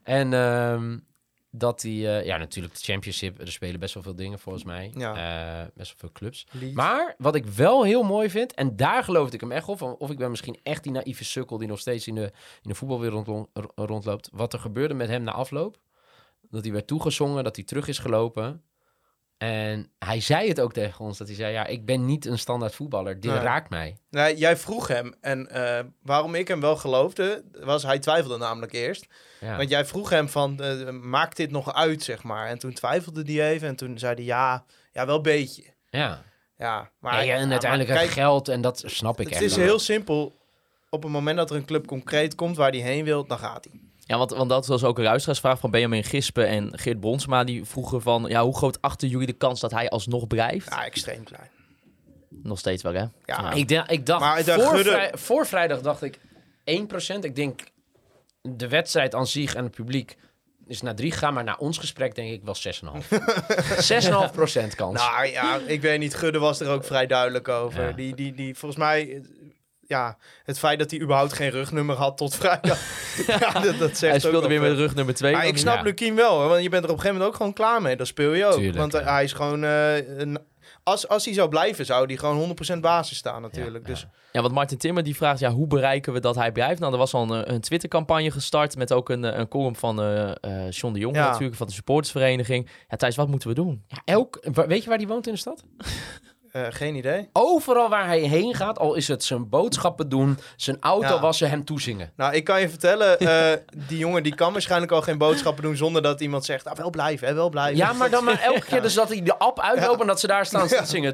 En dat hij, natuurlijk de Championship, er spelen best wel veel dingen volgens mij. Best wel veel clubs. Leeds. Maar wat ik wel heel mooi vind, en daar geloofde ik hem echt op, of ik ben misschien echt die naïeve sukkel die nog steeds in de voetbalwereld rondloopt. Wat er gebeurde met hem na afloop, dat hij werd toegezongen, dat hij terug is gelopen. En hij zei het ook tegen ons, dat hij zei, ik ben niet een standaard voetballer, dit raakt mij. Nee, jij vroeg hem, en waarom ik hem wel geloofde, was hij twijfelde namelijk eerst. Ja. Want jij vroeg hem van, maakt dit nog uit, zeg maar. En toen twijfelde hij even en toen zei hij, ja, wel een beetje. Ja. Maar, en uiteindelijk kijk, geld en dat snap ik echt. Het is heel simpel, op het moment dat er een club concreet komt waar hij heen wil, dan gaat hij. Ja, want dat was ook een luisteraarsvraag van Benjamin Gispen en Geert Bronsma. Die vroegen van, hoe groot achten jullie de kans dat hij alsnog blijft? Ja, extreem klein. Nog steeds wel, hè? Ja. Ik dacht, maar voor vrijdag dacht ik 1%. Ik denk, de wedstrijd aan zich en het publiek is naar 3 gegaan. Maar na ons gesprek denk ik wel 6,5%. 6,5% kans. Nou ja, ik weet niet. Gudde was er ook vrij duidelijk over. Ja. Die volgens mij... het feit dat hij überhaupt geen rugnummer had tot vrijdag. dat zegt Hij ook speelde wel weer veel. met rug nummer 2. Maar ik snap Lukien wel, hoor, want je bent er op een gegeven moment ook gewoon klaar mee. Dat speel je ook. Tuurlijk, want hij is gewoon... als hij zou blijven, zou hij gewoon 100% basis staan natuurlijk. Ja, Dus Ja, want Martin Timmer die vraagt, hoe bereiken we dat hij blijft? Nou, er was al een Twitter-campagne gestart met ook een column van John de Jong natuurlijk, van de supportersvereniging. Ja, Thijs, wat moeten we doen? Ja, weet je waar die woont in de stad? geen idee. Overal waar hij heen gaat, al is het zijn boodschappen doen, zijn auto wassen, hem toezingen. Nou, ik kan je vertellen, die jongen die kan waarschijnlijk al geen boodschappen doen zonder dat iemand zegt, wel blijven, hè, wel blijven. Ja, maar dan maar elke keer dus dat hij de app uitloopt en dat ze daar staan te zingen.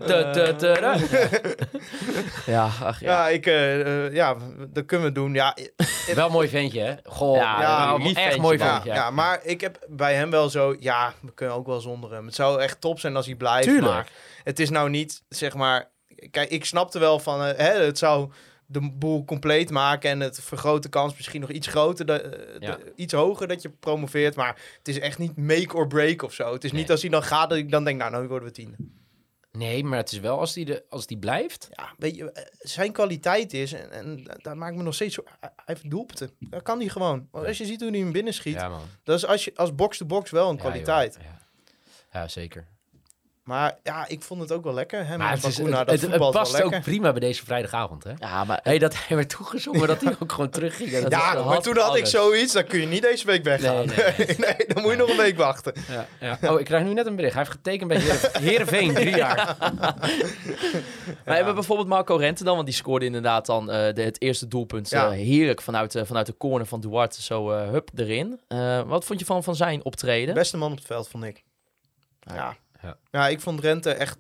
Ja, ach ja. Dat kunnen we doen. Ja, Wel een mooi ventje, hè? Goh, Ja, lief echt ventje, mooi man. ventje. ja, maar ik heb bij hem wel zo, we kunnen ook wel zonder hem. Het zou echt top zijn als hij blijft, Tuurlijk. maar het is nou niet, zeg maar... Kijk, ik snapte wel van, het zou de boel compleet maken en het vergroot de kans misschien nog iets groter, iets hoger dat je promoveert, maar het is echt niet make or break of zo. Het is niet als hij dan gaat dat ik dan denk, nou worden we 10e. Nee, maar het is wel als die blijft. Ja, weet je, zijn kwaliteit is, en daar maakt me nog steeds zo... Hij heeft doelpunten. Dat kan hij gewoon. Als je ziet hoe hij hem binnen schiet, Ja, man. dat is als box-to-box wel een kwaliteit. Ja, ja, zeker. Maar ja, ik vond het ook wel lekker. Hè, Maar met het, is, Bakuna, dat het voetbal is past wel ook lekker. prima bij deze vrijdagavond, hè? Ja, maar Hey, dat hij werd toegezongen, dat hij ook gewoon terugging. En dat Ja, is- maar toen had ik alles. zoiets, dan kun je niet deze week weggaan. Nee. Dan moet je nog een week wachten. Ja. Oh, ik krijg nu net een bericht. Hij heeft getekend bij Heerenveen, 3 jaar. we hebben bijvoorbeeld Marco Rente dan, want die scoorde inderdaad dan het eerste doelpunt heerlijk vanuit de corner van Duarte, zo hup erin. Wat vond je van zijn optreden? Beste man op het veld, vond ik. Ja. Ja, ik vond Rente echt...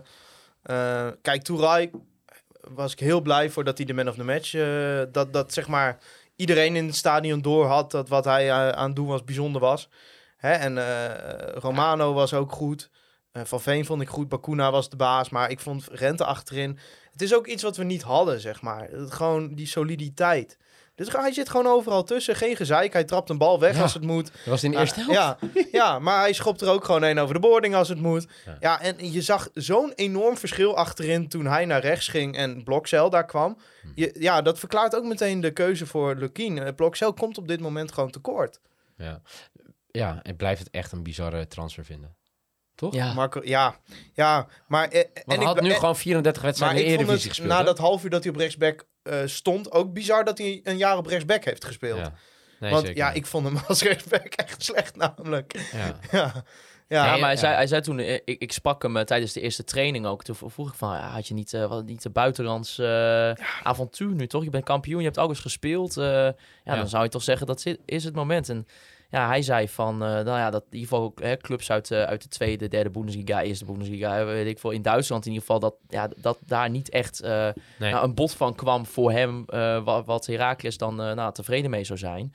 kijk, Touray was ik heel blij voor dat hij de man of the match... dat zeg maar iedereen in het stadion door had dat wat hij aan het doen was bijzonder was. Hè? En Romano was ook goed. Van Veen vond ik goed. Bakuna was de baas. Maar ik vond Rente achterin... Het is ook iets wat we niet hadden, zeg maar. Gewoon die soliditeit. Dus hij zit gewoon overal tussen. Geen gezeik. Hij trapt een bal weg als het moet. Dat was in de eerste helft. Ja, maar hij schopt er ook gewoon een over de boarding als het moet. Ja, en je zag zo'n enorm verschil achterin toen hij naar rechts ging en Blokcel daar kwam. Dat verklaart ook meteen de keuze voor Lukien. Blokcel komt op dit moment gewoon tekort. Ja, en blijft het echt een bizarre transfer vinden. Toch? Ja. Marco, maar... Want hij had nu gewoon 34 wedstrijden in de Eredivisie gespeeld. Na hè? dat half uur dat hij op rechtsback stond, ook bizar dat hij een jaar op rechtsback heeft gespeeld. Ja. Nee, Want zeker niet. ik vond hem als rechtsback echt slecht namelijk. Ja. Ja, maar hij zei toen, ik sprak hem tijdens de eerste training ook. Toen vroeg ik van, had je niet een buitenlands avontuur nu, toch? Je bent kampioen, je hebt alles gespeeld. Dan zou je toch zeggen, dat is het moment. En ja, hij zei van, dat in ieder geval ook, clubs uit de tweede, derde Bundesliga, eerste Bundesliga, weet ik veel, in Duitsland in ieder geval, dat daar niet echt een bod van kwam voor hem, wat Heracles dan tevreden mee zou zijn.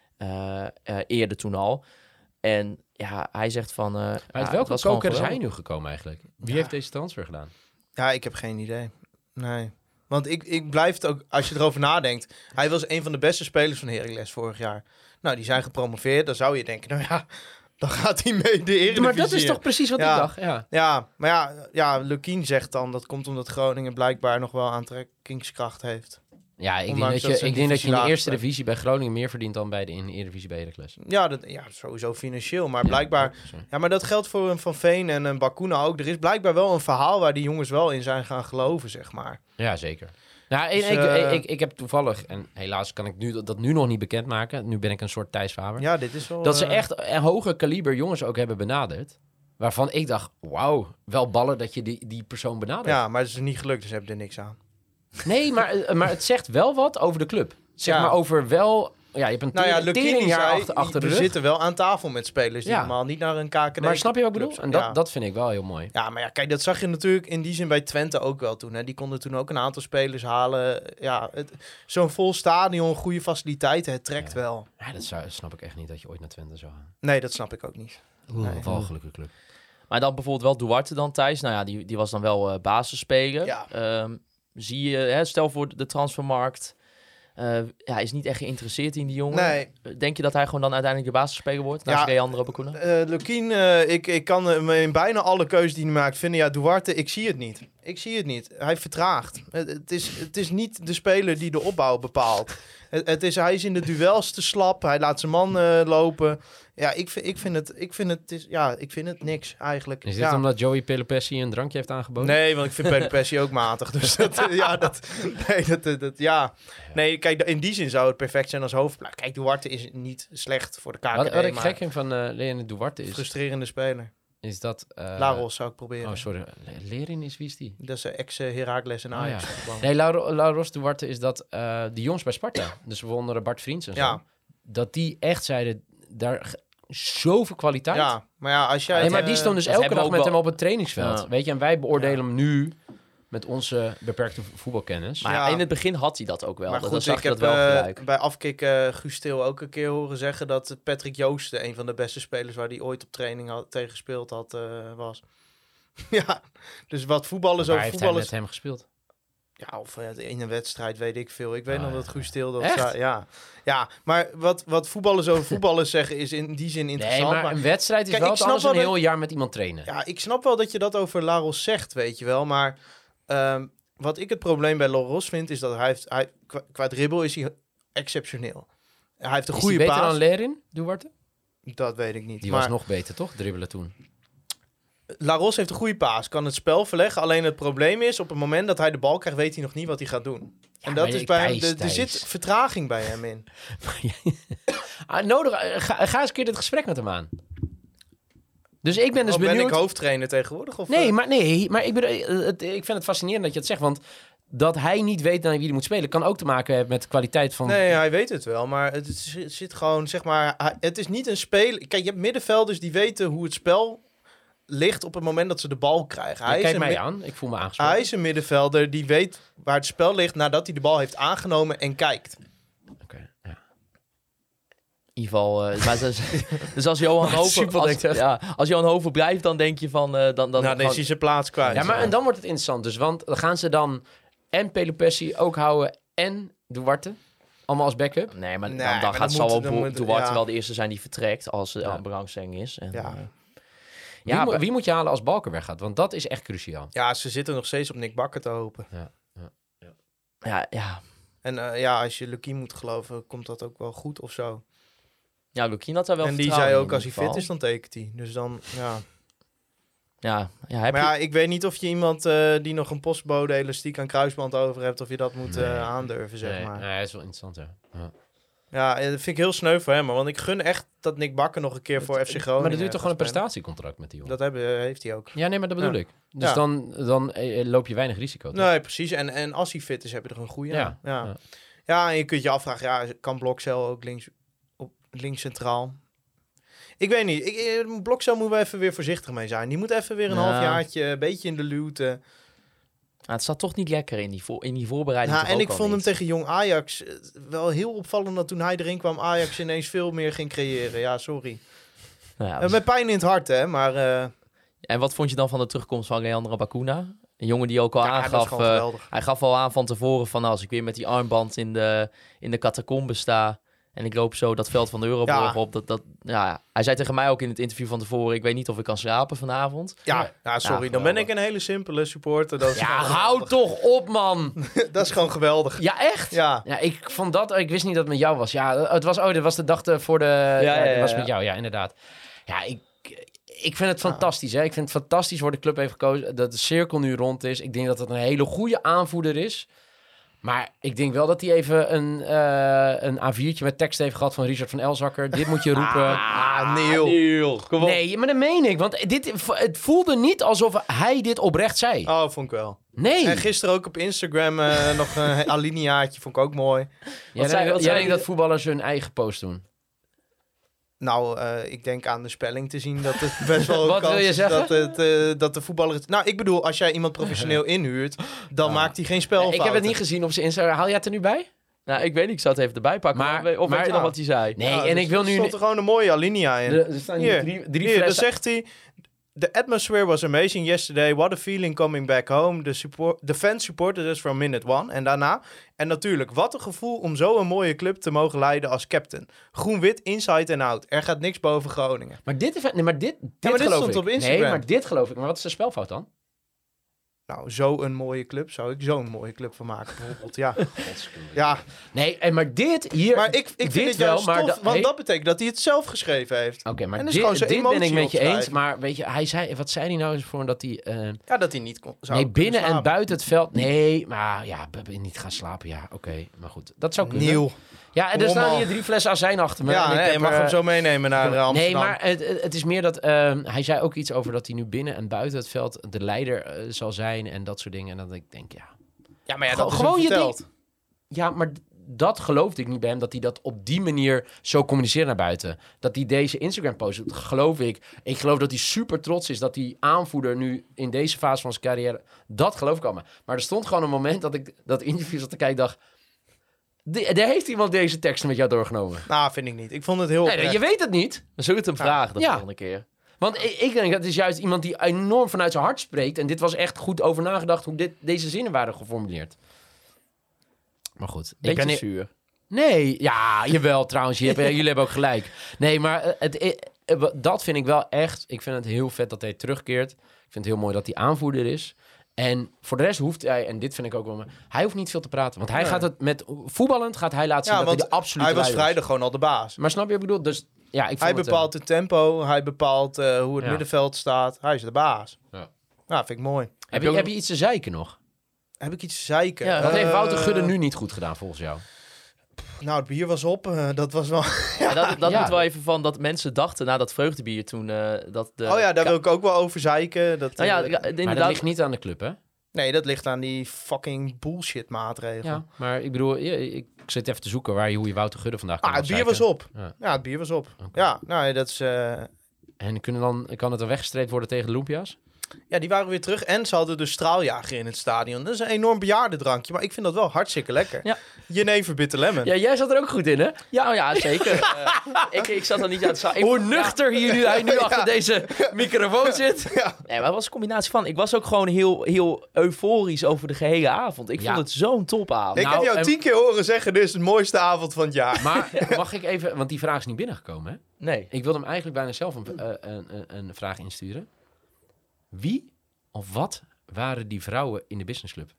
Eerder toen al. En ja, hij zegt van... Uit welke was gewoon koker is hij geweldig. nu gekomen eigenlijk? Wie heeft deze transfer gedaan? Ja, ik heb geen idee. Nee. Want ik blijf het ook, als je erover nadenkt, hij was een van de beste spelers van Heracles vorig jaar. Nou, die zijn gepromoveerd. Dan zou je denken, nou ja, dan gaat hij mee de Eredivisie. Maar dat is toch precies wat Ja. ik dacht? Ja. Ja, maar Lukien zegt dan, dat komt omdat Groningen blijkbaar nog wel aantrekkingskracht heeft. Ja, ik Ondanks dat ze een denk dat je in de divisie eerste lager divisie bij Groningen meer verdient dan in de Eredivisie bij Heracles. Ja, sowieso financieel, maar blijkbaar... Ja, maar dat geldt voor een Van Veen en een Bakuna ook. Er is blijkbaar wel een verhaal waar die jongens wel in zijn gaan geloven, zeg maar. Ja, zeker. Nou, Dus, ik heb toevallig, en helaas kan ik dat nu nog niet bekendmaken. Nu ben ik een soort Thijs Faber. Ja, dit is wel... Dat ze echt een hoger kaliber jongens ook hebben benaderd. Waarvan ik dacht, wauw, wel ballen dat je die persoon benadert. Ja, maar het is niet gelukt, dus heb je er niks aan. Nee, maar het zegt wel wat over de club. Zeg Ja. maar over wel... Ja, je hebt een Lukien teringjaar zei, achter de we rug. zitten wel aan tafel met spelers die Ja. normaal niet naar een KKD... Maar snap je wat ik bedoel? clubs- En dat vind ik wel heel mooi. Ja, maar ja, kijk, dat zag je natuurlijk in die zin bij Twente ook wel toen. Hè. Die konden toen ook een aantal spelers halen. Ja, zo'n vol stadion, goede faciliteiten, het trekt wel. Ja, dat snap ik echt niet dat je ooit naar Twente zou gaan. Nee, dat snap ik ook niet. Een walgelijke club. Maar dan bijvoorbeeld wel Duarte dan, Thijs. Nou ja, die was dan wel basisspeler. Ja. Zie je, stel voor de transfermarkt... hij is niet echt geïnteresseerd in die jongen. Nee. Denk je dat hij gewoon dan uiteindelijk de basisspeler wordt? Ja. Naast Leandro Bakuna? Lukien, ik kan me in bijna alle keuzes die hij maakt vinden. Ja, Duarte, ik zie het niet. Ik zie het niet. Hij vertraagt. Het is niet de speler die de opbouw bepaalt. Hij is in de duels te slap. Hij laat zijn man lopen. Ja, ik vind het niks eigenlijk. Is dit omdat Joey Pelopessi een drankje heeft aangeboden? Nee, want ik vind Pelopessi ook matig. Dus Nee, kijk, in die zin zou het perfect zijn als hoofdplaat. Kijk, Duarte is niet slecht voor de KKD. Wat ik gek vind van Leon Duarte is... Frustrerende speler. Is dat... Laros zou ik proberen. Oh, sorry. Lerin is, wie is die? Dat is ex-Heracles en Ajax. Nee, Laros Duarte is dat die jongens bij Sparta. Dus onder Bart Vriends en zo. Ja. Dat die echt zeiden, daar zoveel kwaliteit. Ja, maar ja, als jij... Nee, maar die stond dus elke dag met hem op het trainingsveld. Ja. Weet je, en wij beoordelen hem nu met onze beperkte voetbalkennis. Maar Ja. in het begin had hij dat ook wel. Maar Dan goed, zag ik je heb dat wel gelijk. bij Afkik Guus Til ook een keer horen zeggen dat Patrick Joosten een van de beste spelers waar hij ooit op training tegen gespeeld had, was. Ja, dus wat voetballers Waar over heeft hij voetballers... met hem gespeeld? Ja, of in een wedstrijd, weet ik veel. Ik weet nog dat Guus Til dat Echt? ja, maar wat voetballers over voetballers zeggen is in die zin Nee, interessant. maar een wedstrijd is Kijk, wel ik wat snap anders een wel heel jaar met iemand trainen. Ja, ik snap wel dat je dat over Laros zegt, weet je wel. Maar wat ik het probleem bij Laros vind, is dat hij qua dribbel is hij exceptioneel. Hij heeft een Is goede hij beter paas. dan Lerin, Duarte? Dat weet ik niet. Die maar was nog beter, toch? Dribbelen toen. Laros heeft een goede paas, kan het spel verleggen. Alleen het probleem is, op het moment dat hij de bal krijgt, weet hij nog niet wat hij gaat doen. En dat maar is bij hem, Thijs. er zit vertraging bij hem in. Ga eens een keer dit gesprek met hem aan. Dus ik ben dus Ben benieuwd... ik hoofdtrainer tegenwoordig? Of, Nee, maar ik bedoel, ik vind het fascinerend dat je het zegt, want dat hij niet weet naar wie hij moet spelen, kan ook te maken hebben met de kwaliteit van... Nee, hij weet het wel, maar het zit gewoon, zeg maar... Het is niet een speler... Kijk, je hebt middenvelders die weten hoe het spel ligt op het moment dat ze de bal krijgen. Kijk mij aan, ik voel me aangesproken. Hij is een middenvelder die weet waar het spel ligt nadat hij de bal heeft aangenomen en kijkt. Oké, ja. In ieder geval, dus als Johan Hover, als Johan Hover blijft, dan denk je van... dan Dan is hij zijn plaats kwijt. Ja, maar en dan wordt het interessant. Dus, want gaan ze dan en Pelopessi ook houden en Duarte? Allemaal als backup? Nee, maar Nee, dan maar gaat dan zal moet- wel dan moet- Duarte ja. wel de eerste zijn die vertrekt als er belangstelling is. En, Ja. Wie moet je halen als Balker weggaat? Want dat is echt cruciaal. Ja, ze zitten nog steeds op Nick Bakker te hopen. ja. En als je Lucie moet geloven, komt dat ook wel goed of zo. Ja, Lukien had daar wel En die vertrouwen zei in ook, als hij ieder fit geval. is, dan tekent hij. Dus dan, ja. Ja, heb Maar je... ja, ik weet niet of je iemand die nog een postbode elastiek aan kruisband over hebt, of je dat moet aandurven, zeg maar. Nee, dat is wel interessant, ja. Ja, dat vind ik heel sneu voor hem, want ik gun echt dat Nick Bakker nog een keer voor FC Groningen... Maar dat duurt toch gewoon een gaat spelen. prestatiecontract met die jongen? Dat heeft hij ook. Ja, nee, maar dat bedoel Ja. ik. Dus Ja. dan loop je weinig risico. toch? Nee, precies. En als hij fit is, heb je er een goede Ja. aan. Ja. Ja. Ja, en je kunt je afvragen, kan Blokcel ook links centraal? Ik weet niet. Blokcel moeten we even weer voorzichtig mee zijn. Die moet even weer een Ja. halfjaartje, een beetje in de luwte. het staat toch niet lekker in die voorbereiding. Ja, toch en ook ik al vond hem niet. tegen Jong Ajax wel heel opvallend dat toen hij erin kwam, Ajax ineens veel meer ging creëren. Ja, sorry. Nou ja, Met pijn in het hart, hè. Maar En wat vond je dan van de terugkomst van Leandro Bacuna? Een jongen die ook al ja, dat is aangaf... gewoon geweldig. hij gaf al aan van tevoren van... als ik weer met die armband in de catacombe sta... en ik loop zo dat veld van de Euroborg op... hij zei tegen mij ook in het interview van tevoren... ik weet niet of ik kan slapen vanavond. Ja, sorry. Dan ben ik een hele simpele supporter. Dat is Ja, gewoon hou geweldig. toch op, man! Dat is gewoon geweldig. Ja, echt? Ja. Ja, ik vond dat... Ik wist niet dat het met jou was. Ja, dit was de dag voor de... dat was met jou, ja, inderdaad. Ja, ik vind het fantastisch, hè. Ik vind het fantastisch voor de club heeft gekozen... dat de cirkel nu rond is. Ik denk dat het een hele goede aanvoerder is... Maar ik denk wel dat hij even een A4'tje met tekst heeft gehad van Richard van Elzakker. Dit moet je roepen. Neil. Kom op. Nee, maar dat meen ik. Want het voelde niet alsof hij dit oprecht zei. Oh, vond ik wel. Nee. En gisteren ook op Instagram nog een alineaatje, vond ik ook mooi. Jij zei denkt je? dat voetballers hun eigen post doen. Nou, ik denk aan de spelling te zien dat het best wel Wat een kans wil je is zeggen? dat de voetballer... Nou, ik bedoel, als jij iemand professioneel inhuurt, dan maakt hij geen spelfouten. Ik heb het niet gezien op zijn Instagram. Haal jij het er nu bij? Nou, ik weet niet, ik zou het even erbij pakken. Maar- Of weet je nog wat hij zei? Nee, Ja, en dus ik wil er nu... stond er gewoon een mooie alinea in. Er staan hier drie Hier, dan flessen. zegt hij... The atmosphere was amazing yesterday. What a feeling coming back home. The fans supported us from minute one. En daarna... En natuurlijk, wat een gevoel om zo'n mooie club te mogen leiden als captain. Groen-wit, inside en out. Er gaat niks boven Groningen. Maar dit dit geloof stond ik. op Instagram. Nee, maar dit geloof ik. Maar wat is de spelfout dan? Nou, zo'n mooie club zou ik zo'n mooie club van maken, bijvoorbeeld. Ja. Nee, maar dit hier... Maar ik vind dit het wel, juist maar tof, want dat betekent dat hij het zelf geschreven heeft. Oké, maar En dus gewoon zijn dit ben ik emotie met je eens. opschrijven. Maar weet je, wat zei hij nou eens voor dat hij... Ja, dat hij niet zou nee, binnen kunnen en slapen. buiten het veld... Nee, maar ja, niet gaan slapen. Ja, oké. Maar goed, dat zou kunnen. Nieuw. Ja, en er Kom staan al. hier 3 flessen azijn achter me. Ja, en ik je mag hem zo meenemen naar Amsterdam. Nee, maar het is meer dat... hij zei ook iets over dat hij nu binnen en buiten het veld de leider zal zijn en dat soort dingen. En dat ik denk, ja... Ja, maar ja, Gewoon- dat is gewoon hem je verteld. Ja, maar dat geloofde ik niet bij hem, dat hij dat op die manier zo communiceert naar buiten. Dat hij deze Instagram-post, dat geloof ik. Ik geloof dat hij super trots is dat die aanvoerder nu in deze fase van zijn carrière... Dat geloof ik allemaal. Maar er stond gewoon een moment dat ik dat interview zat te kijken dacht... Daar heeft iemand deze teksten met jou doorgenomen. Nou, vind ik niet. Ik vond het heel Nee, oprecht. je weet het niet. We zullen het hem vragen de Ja. volgende keer. Want ik denk dat is juist iemand die enorm vanuit zijn hart spreekt. En dit was echt goed over nagedacht hoe deze zinnen waren geformuleerd. Maar goed. Beetje zuur. Nee, ja, jawel trouwens. Jullie hebben ook gelijk. Nee, maar dat vind ik wel echt... Ik vind het heel vet dat hij terugkeert. Ik vind het heel mooi dat hij aanvoerder is. En voor de rest hoeft hij, en dit vind ik ook wel... Hij hoeft niet veel te praten. Want hij gaat het met... Voetballend gaat hij laten zien Ja, dat hij want de absolute hij was leider is. vrijdag gewoon al de baas. Maar snap je wat ik bedoel? Dus ja, ik vond Hij het, bepaalt het tempo, hij bepaalt hoe het Ja. middenveld staat. Hij is de baas. Ja. Nou, vind ik mooi. Heb je ook je iets te zeiken nog? Heb ik iets te zeiken? Ja, Wat heeft Wouter Gudde nu niet goed gedaan volgens jou? Nou, het bier was op. Dat was wel... Ja, dat Ja. moet wel even van dat mensen dachten na dat vreugdebier toen... dat de Oh ja, daar wil ik ook wel over zeiken. Dat, Nou ja, eh, ja, Maar dat inderdaad. ligt niet aan de club, hè? nee, dat ligt aan die fucking bullshit maatregel. Ja, maar ik bedoel, ik zit even te zoeken hoe je Wouter Gudde vandaag kan Ah, het bier afzeiken. was op. Ja. Ja, het bier was op. Oké. Ja, nou, dat is... En kan het dan weggestreept worden tegen de Lumpia's? Ja, die waren weer terug. En ze hadden dus straaljager in het stadion. Dat is een enorm bejaardendrankje. Maar ik vind dat wel hartstikke lekker. Ja. Jenever Bitter Lemon. Ja, jij zat er ook goed in, hè? Ja, oh ja, zeker. Ik zat er niet aan het Hoe nuchter hij nu achter deze microfoon zit. Nee, maar het was een combinatie van... Ik was ook gewoon heel euforisch over de gehele avond. Ik Ja. vond het zo'n topavond. Ik Nou, heb jou en- 10 keer horen zeggen, dit is de mooiste avond van het jaar. Maar mag ik even, want die vraag is niet binnengekomen, hè? Nee. Ik wilde hem eigenlijk bijna zelf een vraag insturen. Wie of wat waren die vrouwen in de businessclub?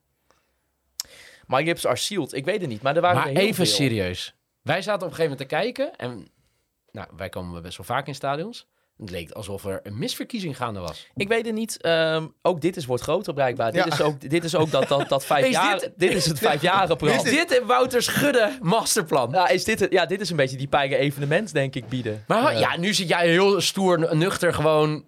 My lips are sealed. Ik weet het niet, maar er waren Maar er heel even veel. serieus. Wij zaten op een gegeven moment te kijken en nou, wij komen best wel vaak in stadions. Het leek alsof er een misverkiezing gaande was. Ik weet het niet. Ook dit wordt groter blijkbaar. Ja. Dit is ook dat 5 Is jaar... dit- Dit is het 5-jarige plan. Is dit een Wouter Schudde masterplan? Ja, dit is een beetje die pijge evenement, denk ik, bieden. Maar ja, nu zit jij heel stoer, nuchter gewoon...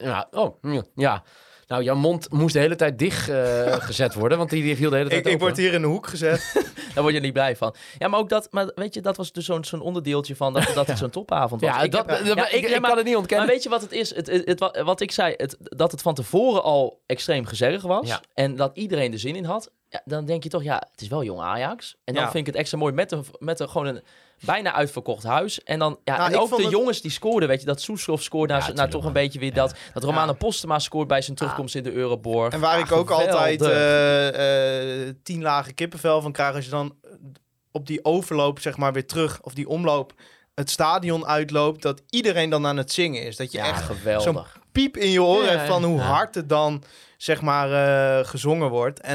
Ja. Nou, jouw mond moest de hele tijd dicht gezet worden, want die viel de hele tijd Ik open. word hier in de hoek gezet. Daar word je niet blij van. Ja, maar ook dat... Maar weet je, dat was dus zo'n onderdeeltje van dat het zo'n topavond was. Ja, Ik dat, heb- ik maar- kan het niet ontkennen. Maar weet je wat het is? Wat ik zei, dat het van tevoren al extreem gezellig was. Ja. En dat iedereen er zin in had. Ja, dan denk je toch, ja, het is wel jong Ajax. En dan Ja. vind ik het extra mooi met een gewoon een bijna uitverkocht huis. En dan, ja, Nou, en ik ook vond de het- jongens die scoorden, weet je, dat Soeslof scoort naar tuurlijk, toch een man. beetje weer Ja. dat Romano Postema scoort bij zijn terugkomst in de Euroborg. En waar Ja, ik ook altijd geweldig. 10 lagen kippenvel van krijg als je dan op die overloop, zeg maar, weer terug, of die omloop, het stadion uitloopt, dat iedereen dan aan het zingen is. Dat je Ja, echt geweldig. piep in je oren Ja, hebt van hoe ja. hard het dan, zeg maar, gezongen wordt. En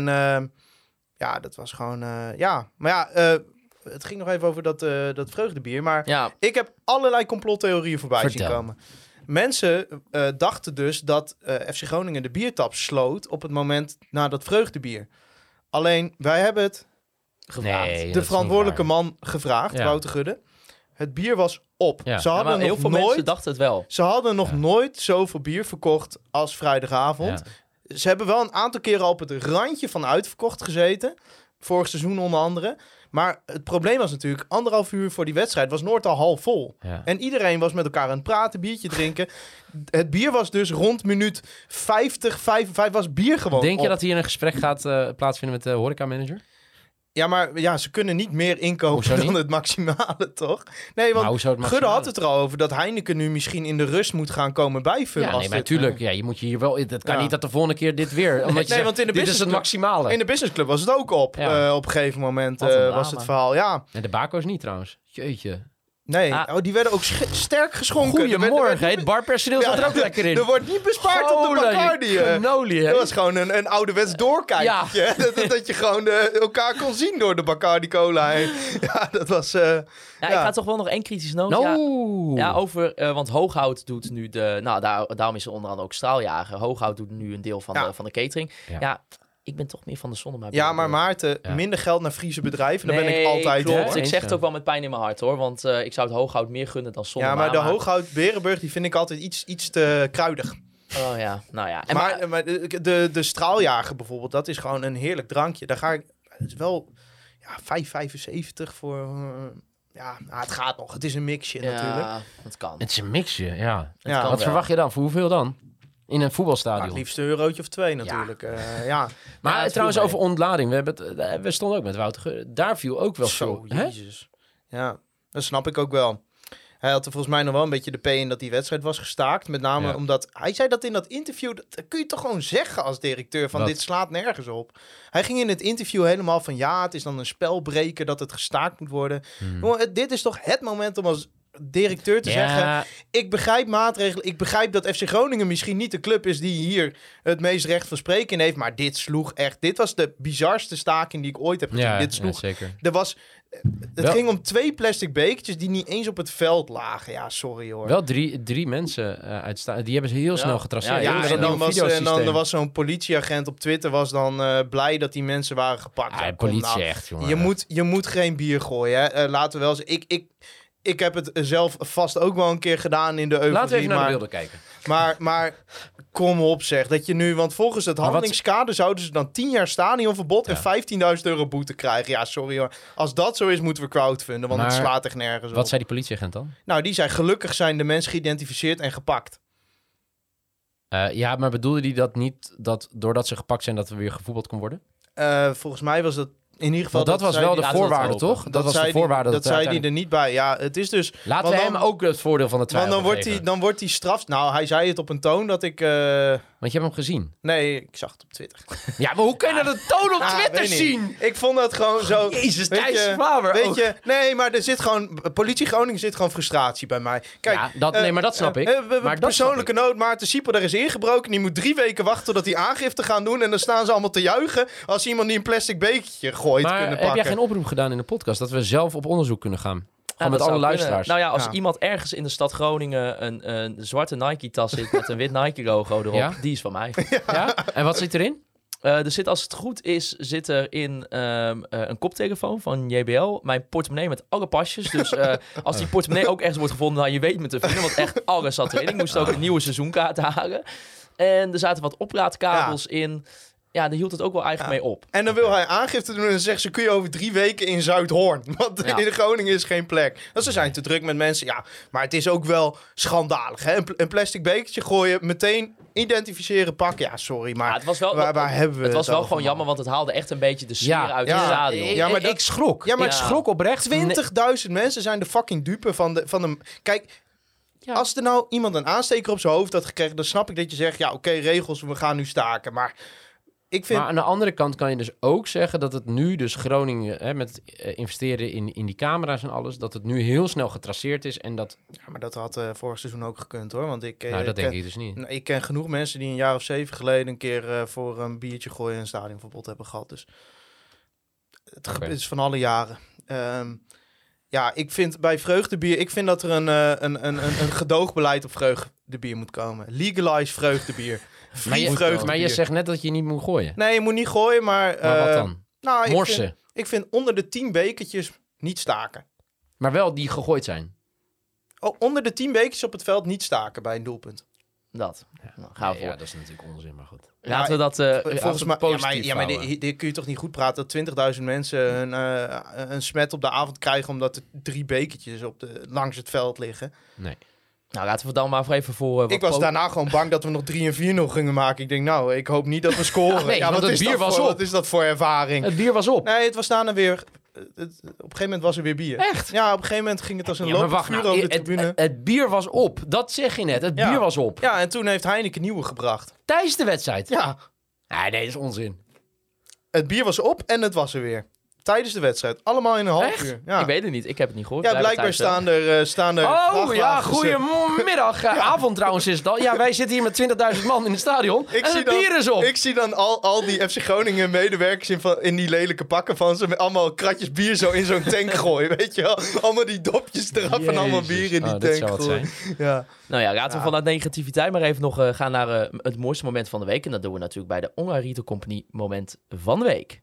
ja, dat was gewoon, ja. Maar ja, het ging nog even over dat vreugdebier, maar Ja, ik heb allerlei complottheorieën voorbij zien Vertel. komen. Mensen dachten dus dat FC Groningen de biertap sloot op het moment na dat vreugdebier. Alleen, wij hebben het gevraagd. Nee, dat de is verantwoordelijke niet waar. man gevraagd, Ja. Wouter Gudde. Het bier was op. Ja. Ze Ja, hadden maar heel nog veel mensen nooit, dachten het wel. ze hadden nog Ja. nooit zoveel bier verkocht als vrijdagavond. Ja. Ze hebben wel een aantal keren al op het randje van uitverkocht gezeten. Vorig seizoen onder andere. Maar het probleem was natuurlijk, 1,5 uur voor die wedstrijd was Noord al half vol. Ja. En iedereen was met elkaar aan het praten, biertje drinken. Het bier was dus rond minuut 50, 55 was bier gewoon Denk je op. dat hier een gesprek gaat plaatsvinden met de horecamanager? Ja, maar ja, ze kunnen niet meer inkopen Hoezo dan niet? het maximale, toch? Nee, want Maar hoezo het Gudde maximale? had het er al over dat Heineken nu misschien in de rust moet gaan komen bijvullen. Ja, als nee, maar dit, natuurlijk. Ja, je moet je hier wel... Het kan Ja. niet dat de volgende keer dit weer... Omdat je Nee, zegt, want in de dit is het businessclub- maximale. In de businessclub was het ook op. Ja. Op een gegeven moment Wat een was drama. het verhaal. Ja, En de bako's niet trouwens. Jeetje. Nee, Ah. die werden ook sterk geschonken. Goedemorgen, het barpersoneel zat er ook lekker in. Er wordt niet bespaard op de Bacardi. Cannoli, hè? Dat was gewoon een ouderwets doorkijkje. Dat je gewoon elkaar kon zien door de Bacardi Cola heen. Ja, dat was... Ja, ik ga toch wel nog één kritisch noot. Ja, over, want Hooghout doet nu daarom is er onder andere ook straaljager. Hooghout doet nu een deel van de catering. Ja, ik ben toch meer van de Sonoma. Ja, maar Maarten, minder geld naar Friese bedrijven. Daar ben ik altijd klopt. voor. Ik zeg het ook wel met pijn in mijn hart, hoor. Want ik zou het Hooghout meer gunnen dan Sonoma. Ja, maar de Hooghout Berenburg, die vind ik altijd iets te kruidig. Oh ja, nou ja. Maar de straaljager bijvoorbeeld, dat is gewoon een heerlijk drankje. Daar ga ik... Het is wel 5,75 voor... het gaat nog. Het is een mixje natuurlijk. Ja, dat kan. Het is een mixje, ja. Ja. kan Wat wel. verwacht je dan? Voor hoeveel dan? In een Maar voetbalstadion. het liefst een eurotje of 2 natuurlijk. Maar het trouwens, viel over ontlading. We stonden ook met Wouter Daar viel ook wel Zo, veel. Hè? jezus. Ja, dat snap ik ook wel. Hij had er volgens mij nog wel een beetje de P in dat die wedstrijd was gestaakt. Met name omdat... Hij zei dat in dat interview... Dat kun je toch gewoon zeggen als directeur van dit slaat nergens op. Hij ging in het interview helemaal van... Ja, het is dan een spelbreker dat het gestaakt moet worden. Jongen, dit is toch het moment om als directeur te zeggen... Ik begrijp maatregelen. Ik begrijp dat FC Groningen misschien niet de club is die hier het meest recht van spreken in heeft. Maar dit sloeg echt... Dit was de bizarste staking die ik ooit heb gezien. Dit sloeg... zeker. Het ging om 2 plastic bekertjes die niet eens op het veld lagen. Ja, sorry hoor. Wel drie mensen uitstaan. Die hebben ze heel snel getraceerd. Ja, Ja, en dan was zo'n politieagent op Twitter was dan blij dat die mensen waren gepakt. Ja, Ja, politie kom nou. echt, jongen. Je moet geen bier gooien. Hè. Laten we wel zeggen. Ik heb het zelf vast ook wel een keer gedaan in de euforie. Laten we even naar de beelden kijken. Maar kom op zeg. Dat je nu, want volgens het handelingskader zouden ze dan 10 jaar stadionverbod en €15.000 boete krijgen. Ja, sorry hoor. Als dat zo is, moeten we crowdfunden, want het slaat echt nergens op. Wat zei die politieagent dan? Nou, die zei gelukkig zijn de mensen geïdentificeerd en gepakt. Maar bedoelde die dat niet, dat doordat ze gepakt zijn, dat er weer gevoetbald kon worden? Volgens mij was dat in ieder geval... Want dat was wel de voorwaarde, toch? Dat was de voorwaarde. Dat zei hij er niet bij. Ja, het is dus... Laten we hem ook het voordeel van de twijfel geven. Dan wordt hij straf... Nou, hij zei het op een toon dat ik... Want je hebt hem gezien. Nee, ik zag het op Twitter. Ja, maar hoe kun je dat een toon op Twitter weet niet. zien? Ik vond dat gewoon zo... Jezus, weet Thijs je, Faber weet ook. je, nee, maar er zit gewoon... Politie Groningen zit gewoon frustratie bij mij. Kijk, Ja, maar dat snap ik. Maar persoonlijke nood, Maarten Sieper, daar is ingebroken. Die moet 3 weken wachten totdat hij aangifte gaan doen. En dan staan ze allemaal te juichen als iemand die een plastic bekertje gooit Maar kunnen heb pakken. jij geen oproep gedaan in de podcast dat we zelf op onderzoek kunnen gaan? Gewoon met dat alle zou luisteraars. kunnen. Nou ja, als Ja. iemand ergens in de stad Groningen een zwarte Nike-tas zit met een wit Nike-logo erop, Ja? die is van mij. Ja? En wat zit erin? Er zit, als het goed is, zit er in een koptelefoon van JBL. Mijn portemonnee met alle pasjes. Dus als die portemonnee ook ergens wordt gevonden, nou, je weet me te vinden. Want echt alles zat erin. Ik moest ook een nieuwe seizoenkaart halen. En er zaten wat oplaadkabels in. Ja, daar hield het ook wel eigenlijk mee op. En dan wil hij aangifte doen en dan zegt ze... kun je over 3 weken in Zuidhoorn. Want in de Groningen is geen plek. Want ze zijn te druk met mensen. Ja, maar het is ook wel schandalig. Hè? Een plastic bekertje gooien, meteen identificeren, pakken. Ja, sorry, maar Ja, het was wel, waar hebben we het was wel over, gewoon man? jammer, want het haalde echt een beetje de sfeer uit het Ja. stadion. Ja, maar dat- ik schrok. Ja, maar ik schrok oprecht. 20.000 mensen zijn de fucking dupe van de... Kijk, als er nou iemand een aansteker op zijn hoofd had gekregen... dan snap ik dat je zegt... ja, oké, regels, we gaan nu staken. Maar ik vind... Maar aan de andere kant kan je dus ook zeggen dat het nu dus Groningen, met investeren in die camera's en alles, dat het nu heel snel getraceerd is en dat... Ja, maar dat had vorig seizoen ook gekund, hoor. Want ik, Nou, dat denk ken, ik dus niet. ik ken genoeg mensen die een jaar of 7 geleden... een keer voor een biertje gooien een stadionverbod hebben gehad. Dus het is van alle jaren. Ja, ik vind bij vreugdebier... Ik vind dat er een gedoogbeleid op vreugdebier moet komen. Legalize vreugdebier. Maar je zegt net dat je niet moet gooien. Nee, je moet niet gooien, maar... Maar wat dan? Nou, Morsen. Ik vind onder de 10 bekertjes niet staken. Maar wel die gegooid zijn. Oh, onder de 10 bekertjes op het veld niet staken bij een doelpunt. Dat. Nou, gaan we voor. Ja, dat is natuurlijk onzin, maar goed. Laten we dat Volgens mij, positief maar houden. dit kun je toch niet goed praten dat 20.000 mensen een smet op de avond krijgen omdat er 3 bekertjes langs het veld liggen. Nee. Nou, laten we dan maar even voor... Ik was daarna gewoon bang dat we nog 3 en 4-0 gingen maken. Ik denk, nou, ik hoop niet dat we scoren. Nee, want het bier was op. Wat is dat voor ervaring? Het bier was op. Nee, het was daarna weer... op een gegeven moment was er weer bier. Echt? Ja, op een gegeven moment ging het als een Ja, maar lopend wacht vuur nou, over de tribune. het bier was op. Dat zeg je net. Het Ja. bier was op. Ja, en toen heeft Heineken nieuwe gebracht. Tijdens de wedstrijd. Ja, Nee, dat is onzin. het bier was op en het was er weer. tijdens de wedstrijd. Allemaal in een half Echt? uur. Ja. Ik weet het niet. Ik heb het niet gehoord. Ja, Blijkbaar blijkbaar thuis wel. staan er Oh ja, vrachtwagens, goedemiddag. Avond trouwens is het al. Ja, wij zitten hier met 20.000 man in het stadion. En het bier is op. Ik zie dan al die FC Groningen medewerkers in die lelijke pakken van ze met allemaal kratjes bier zo in zo'n tank gooien, weet je wel? Allemaal die dopjes eraf en allemaal bier in die Oh, tank dit zou het gooien. zijn. Ja. Nou ja, laten we vanuit negativiteit maar even nog gaan naar het mooiste moment van de week. En dat doen we natuurlijk bij de Online Retail Company moment van de week.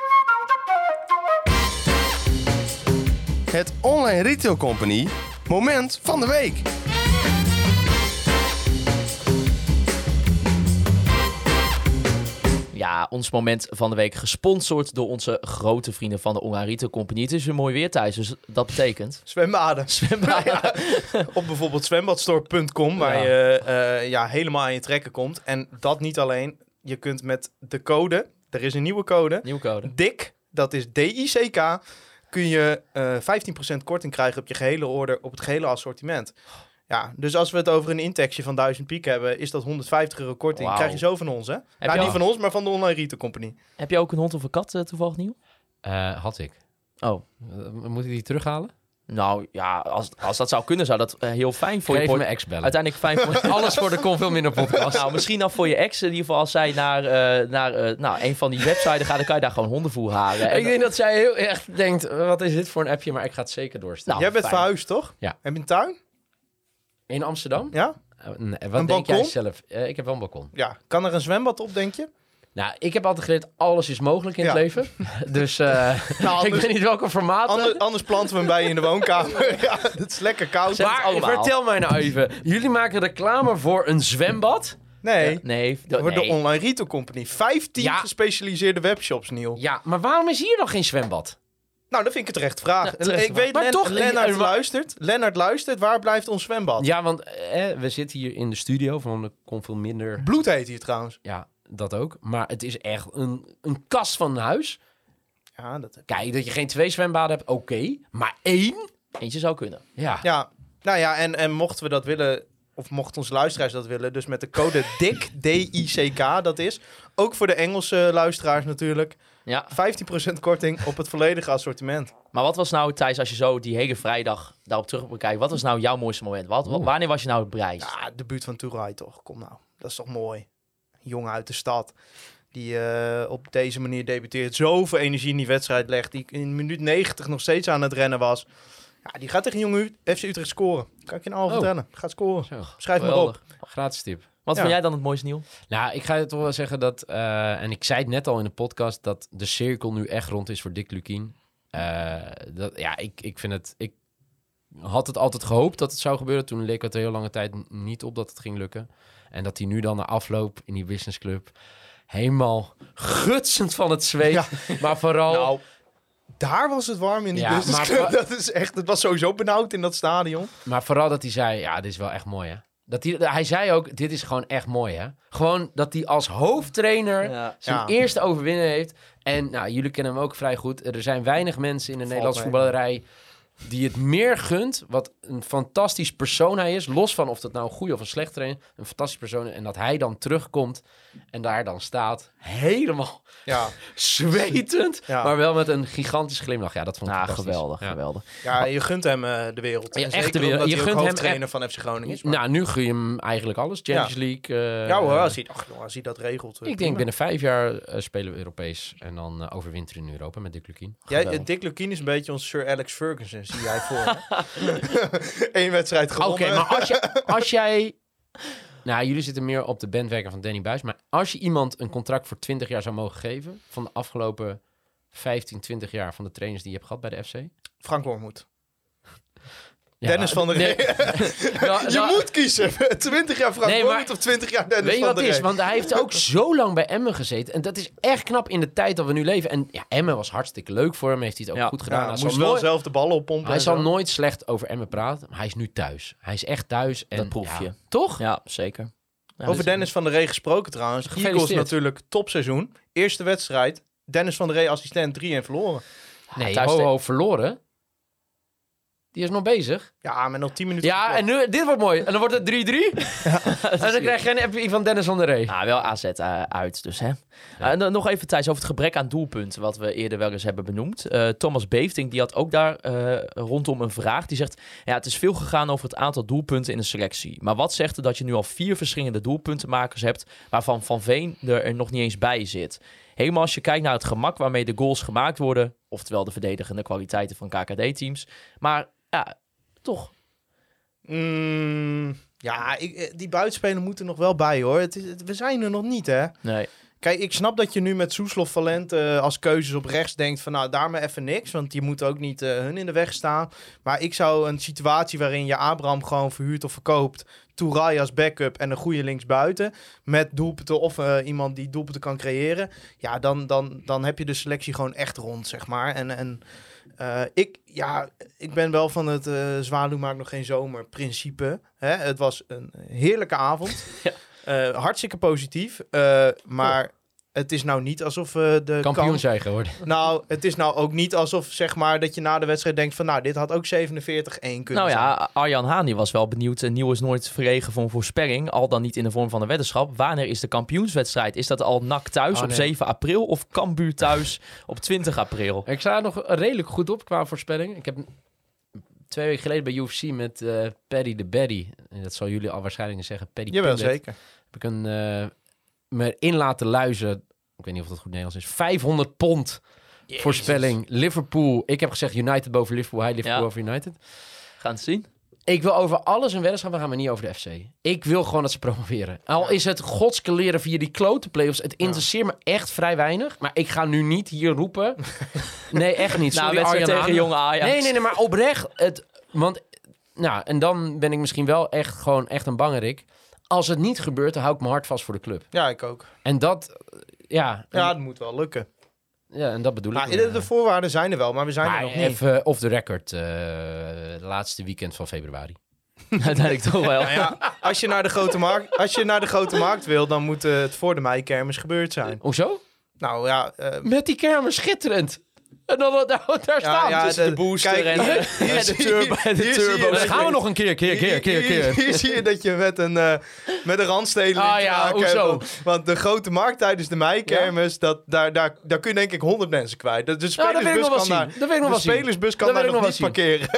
Het Online Retail Company moment van de week. Ja, ons moment van de week gesponsord door onze grote vrienden van de Online Retail Company. Het is weer mooi weer thuis, dus dat betekent... Zwembaden. Zwembaden. Op bijvoorbeeld zwembadstore.com, waar je helemaal aan je trekken komt. En dat niet alleen. Je kunt met de code, er is een nieuwe code, Nieuwe code. DIK, dat is DICK, kun je 15% korting krijgen op je gehele order, op het gehele assortiment. Ja, dus als we het over een indexje van 1000 piek hebben, is dat €150 korting. Wauw. Krijg je zo van ons, hè? je Niet al- van ons, maar van de Online Retail Company. Heb je ook een hond of een kat toevallig nieuw? Had ik. Oh, Moet ik die terughalen? nou ja, als dat zou kunnen, zou dat heel fijn voor je Geef port- mijn ex bellen. Uiteindelijk fijn voor... Alles voor de Kon Veel Minder podcast. Nou, misschien dan voor je ex, in ieder geval als zij naar een van die websites gaat, dan kan je daar gewoon hondenvoer halen. En Ik denk dat zij heel echt denkt, wat is dit voor een appje? Maar ik ga het zeker doorsturen. Nou, Jij bent fijn. verhuisd, toch? Ja. Heb je een tuin? In Amsterdam? Ja? Nee, wat Een denk jij balkon? zelf? Ik heb wel een balkon. Ja. Kan er een zwembad op, denk je? Nou, ik heb altijd geleerd, alles is mogelijk in het Ja. leven. Dus ik anders- weet niet welke formaten. Anders planten we hem bij je in de woonkamer. Ja, het is lekker koud. Zeg- Maar allemaal. vertel mij nou even. Jullie maken reclame voor een zwembad? Nee, Nee, voor de nee. Online Retail Company. 15 Ja. gespecialiseerde webshops, Niel. Ja, maar waarom is hier nog geen zwembad? Nou, dat vind ik een terecht vraag. Ja, terecht Ik weet, Maar toch, Lennart maar- luistert. Lennart luistert, waar blijft ons zwembad? Ja, want we zitten hier in de studio van de Kon Veel Minder. Bloed heet hier trouwens. Ja, dat ook. Maar het is echt een kast van een huis. Ja, dat heb Kijk, dat je geen 2 zwembaden hebt, oké. Maar 1? Eentje zou kunnen. Ja. Ja, nou ja, en mochten we dat willen, of mochten onze luisteraars dat willen, dus met de code DICK, D-I-C-K, dat is. Ook voor de Engelse luisteraars natuurlijk. Ja, 15% korting op het volledige assortiment. maar wat was nou, Thijs, als je zo die hele vrijdag daarop terug bekijkt, wat was nou jouw mooiste moment? Wanneer was je nou het bereisd? Ja, de buurt van Touray toch. Kom nou, dat is toch mooi. Een jongen uit de stad die op deze manier debuteert. Zoveel energie in die wedstrijd legt. Die in minuut 90 nog steeds aan het rennen was. Ja, die gaat tegen Jong FC Utrecht scoren. Kan ik je nou al Oh. vertellen. Gaat scoren. Zo, Schrijf maar op. Geweldig. gratis tip. Wat Ja. vond jij dan het mooiste, Niel? Nou, ik ga je toch wel zeggen dat... en ik zei het net al in de podcast... dat de cirkel nu echt rond is voor Dick Lukien. Ik vind het... Ik had het altijd gehoopt dat het zou gebeuren. Toen leek het er heel lange tijd niet op dat het ging lukken. En dat hij nu dan na afloop in die businessclub... helemaal gutsend van het zweet. Ja. Maar vooral... Nou, daar was het warm in die Ja, businessclub. maar- Dat is echt, het was sowieso benauwd in dat stadion. Maar vooral dat hij zei, ja, dit is wel echt mooi, hè? Hij zei ook, dit is gewoon echt mooi, hè? Gewoon dat hij als hoofdtrainer zijn Ja. eerste overwinning heeft. En nou, jullie kennen hem ook vrij goed. Er zijn weinig mensen in de Nederlandse mee. voetballerij die het meer gunt. Wat een fantastisch persoon hij is. Los van of dat nou een goede of een slechte trainer. Een fantastisch persoon. En dat hij dan terugkomt en daar dan staat. Helemaal Ja, zwetend. Ja. Maar wel met een gigantisch glimlach. Ja, dat vond ik Ja, fantastisch. geweldig, Ja. geweldig. ja je gunt hem de wereld. Ja, En echt zeker de wereld. omdat Je hij ook gunt hem hoofdtrainer van FC Groningen is. Maar... Nou, nu gun je hem eigenlijk alles. Champions League. ja hoor, als hij dat regelt. Ik denk binnen 5 jaar spelen we Europees. En dan overwinteren in Europa met Dick Lukien. Geweldig. Dick Lukien is een beetje ons Sir Alex Ferguson, zie jij voor. Eén wedstrijd gewonnen. Oké, maar als jij... Nou, jullie zitten meer op de bandwagon van Danny Buijs. Maar als je iemand een contract voor 20 jaar zou mogen geven... van de afgelopen 15, 20 jaar van de trainers die je hebt gehad bij de FC... Frank Wormoed. Ja, Dennis van der Rey. Je moet kiezen. 20 jaar Frank Nee, maar- Wormoed of 20 jaar Dennis Weet je van wat der het is? Rey. Want hij heeft ook zo lang bij Emmen gezeten. En dat is echt knap in de tijd dat we nu leven. En ja, Emmen was hartstikke leuk voor hem. Heeft hij het ook Ja. goed gedaan. Ja, Hij moest zal wel nooit- zelf de ballen oppompen. Hij en zal zo. nooit slecht over Emmen praten. Maar hij is nu thuis. Hij is echt thuis. En, Dat proef je. ja, toch? Ja, zeker. Ja, Over dus- Dennis van der Rey gesproken trouwens. Eagles Gefeliciteerd. natuurlijk topseizoen. Eerste wedstrijd. Dennis van der Rey assistent 3-1 verloren. Nee, thuis ho, te- ho, verloren. Die is nog bezig. Ja, met nog 10 minuten. Ja, en nu, dit wordt mooi. En dan wordt het 3-3. En dan krijg je een appje van Dennis van der Ree. Nou, wel AZ uit dus, hè. En dan nog even, Thijs, over het gebrek aan doelpunten... wat we eerder wel eens hebben benoemd. Thomas Beefting, die had ook daar rondom een vraag. Die zegt, ja, het is veel gegaan over het aantal doelpunten in de selectie. Maar wat zegt er dat je nu al 4 verschillende doelpuntenmakers hebt... waarvan Van Veen er nog niet eens bij zit? Helemaal als je kijkt naar het gemak waarmee de goals gemaakt worden... oftewel de verdedigende kwaliteiten van KKD-teams. Maar ja, toch... Die buitenspelen moeten nog wel bij, hoor. We zijn er nog niet, hè? Nee. Kijk, ik snap dat je nu met Soeslof Valente als keuzes op rechts denkt van... nou, daar maar even niks, want je moet ook niet hun in de weg staan. Maar ik zou een situatie waarin je Abraham gewoon verhuurt of verkoopt... Touray als backup en een goede linksbuiten... met doelpunten of iemand die doelpunten kan creëren... ja, dan heb je de selectie gewoon echt rond, zeg maar. Ik ben wel van het Zwaluw maakt nog geen zomer principe. Hè? Het was een heerlijke avond. Ja. Hartstikke positief. Maar het is nou niet alsof de Kampioen zijn geworden. Nou, het is nou ook niet alsof zeg maar dat je na de wedstrijd denkt van... nou, dit had ook 47-1 kunnen Nou zijn. ja, Arjan Haan die was wel benieuwd. Nieuw is nooit verregen voor een voorspelling. Al dan niet in de vorm van een weddenschap. Wanneer is de kampioenswedstrijd? Is dat al NAC thuis op 7 april of Cambuur thuis op 20 april? Ik sta er nog redelijk goed op qua voorspelling. Ik heb 2 weken geleden bij UFC met Paddy the Baddy... en dat zal jullie al waarschijnlijk zeggen, Paddy Jawel, Pimlet, zeker. heb ik me in laten luizen... Ik weet niet of dat goed Nederlands is. 500 pond voorspelling. Liverpool. Ik heb gezegd United boven Liverpool. Hij Liverpool over United. Gaan het zien. Ik wil over alles een weddenschap. We gaan maar niet over de FC. Ik wil gewoon dat ze promoveren. Al is het godskeleren via die klote playoffs. Het interesseert me echt vrij weinig. Maar ik ga nu niet hier roepen. Nee, echt niet. Nou, Sorry, wedstrijd Arjan tegen Haan. jonge Ajax. Nee, maar oprecht. En dan ben ik misschien wel echt een bangerik. Als het niet gebeurt, dan hou ik mijn hart vast voor de club. Ja, ik ook. En dat... Ja, Dat moet wel lukken. Ja, en dat bedoel ik. Nou, de voorwaarden zijn er wel, maar we zijn er nog niet. Even off the record. De laatste weekend van februari. Uiteindelijk toch wel. Nou ja, als je naar de grote markt wil, dan moet het voor de meikermis gebeurd zijn. Hoezo? Nou ja... Met die kermis schitterend. En dan daar staan. ja, Tussen de booster kijk, en de turbo. Dan gaan we nog een keer. Hier zie je dat je met een randstedeling te maken hoezo? hebt. Want de grote markt tijdens de meikermis, daar kun je denk ik 100 mensen kwijt. De spelersbus kan daar nog niet parkeren.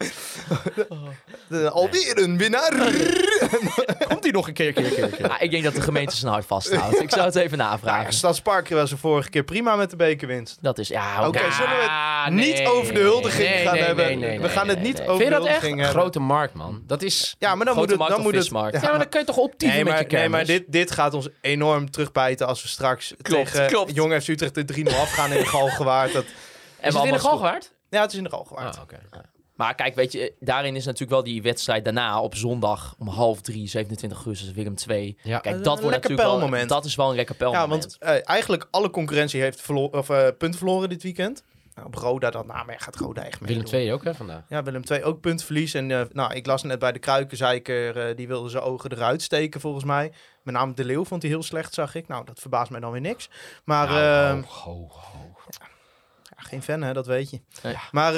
Alweer een winnaar. Komt hij nog een keer. Ja, ik denk dat de gemeente zijn hart vasthoudt. Ik zou het even navragen. Stadspark was de vorige keer prima met de bekerwinst. Dat is, Oké, zullen we het niet over de huldiging gaan hebben? We gaan het niet over Vind je de dat echt huldiging een hebben. grote markt, man? Dat is... Ja, maar dan moet het... Dan moet het Ja, Ja, maar dan kun je toch optieven met je kermis? maar dit gaat ons enorm terugbijten als we straks tegen Jong FC Utrecht de 3-0 afgaan in de Galgenwaard. Is het in de Galgenwaard? Ja, het is in de Galgenwaard. Ah, oké. Maar kijk, weet je, daarin is natuurlijk wel die wedstrijd daarna op zondag om 2:30, 27 augustus, Willem 2. Ja. Kijk, Een dat wordt lekker natuurlijk wel, pelmoment. dat is wel een lekker Ja, pelmoment. want eigenlijk alle concurrentie heeft punten verloren dit weekend. Nou, op Roda dan, maar gaat Roda echt mee. Willem 2 ook, hè, vandaag. Ja, Willem 2 ook puntverlies. En ik las net bij de Kruikenzeiker, die wilde zijn ogen eruit steken volgens mij. Met name De Leeuw vond hij heel slecht, zag ik. Nou, dat verbaast mij dan weer niks. Maar Ho. geen fan, hè, dat weet je. Nee. Maar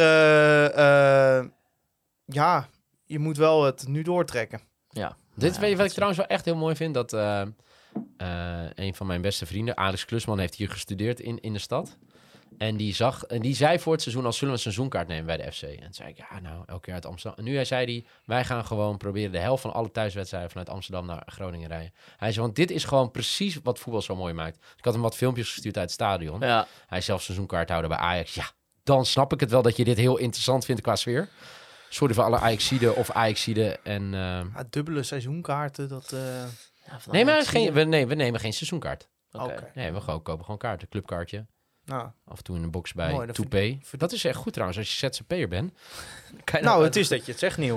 je moet wel het nu doortrekken. Ja. Weet je wat ik trouwens wel echt heel mooi vind? Dat een van mijn beste vrienden, Alex Klusman, heeft hier gestudeerd in de stad. En die zei voor het seizoen al, zullen we een seizoenkaart nemen bij de FC? En toen zei ik, ja, nou, elke keer uit Amsterdam. En nu zei hij, wij gaan gewoon proberen de helft van alle thuiswedstrijden vanuit Amsterdam naar Groningen rijden. Hij zei, want dit is gewoon precies wat voetbal zo mooi maakt. Ik had hem wat filmpjes gestuurd uit het stadion. Ja. Hij is zelf seizoenkaarthouder bij Ajax. Ja, dan snap ik het wel dat je dit heel interessant vindt qua sfeer. Sorry voor alle Ajaxiden of Ajaxiden. En, Dubbele seizoenkaarten, dat... nee, maar we nemen geen seizoenkaart. Oké. Nee, we kopen gewoon kaarten, clubkaartje. Nou, Af en toe in een box bij Mooi, dat Toupé. Dat is echt goed trouwens, als je ZZP'er bent. het is dat je het zegt, Niel.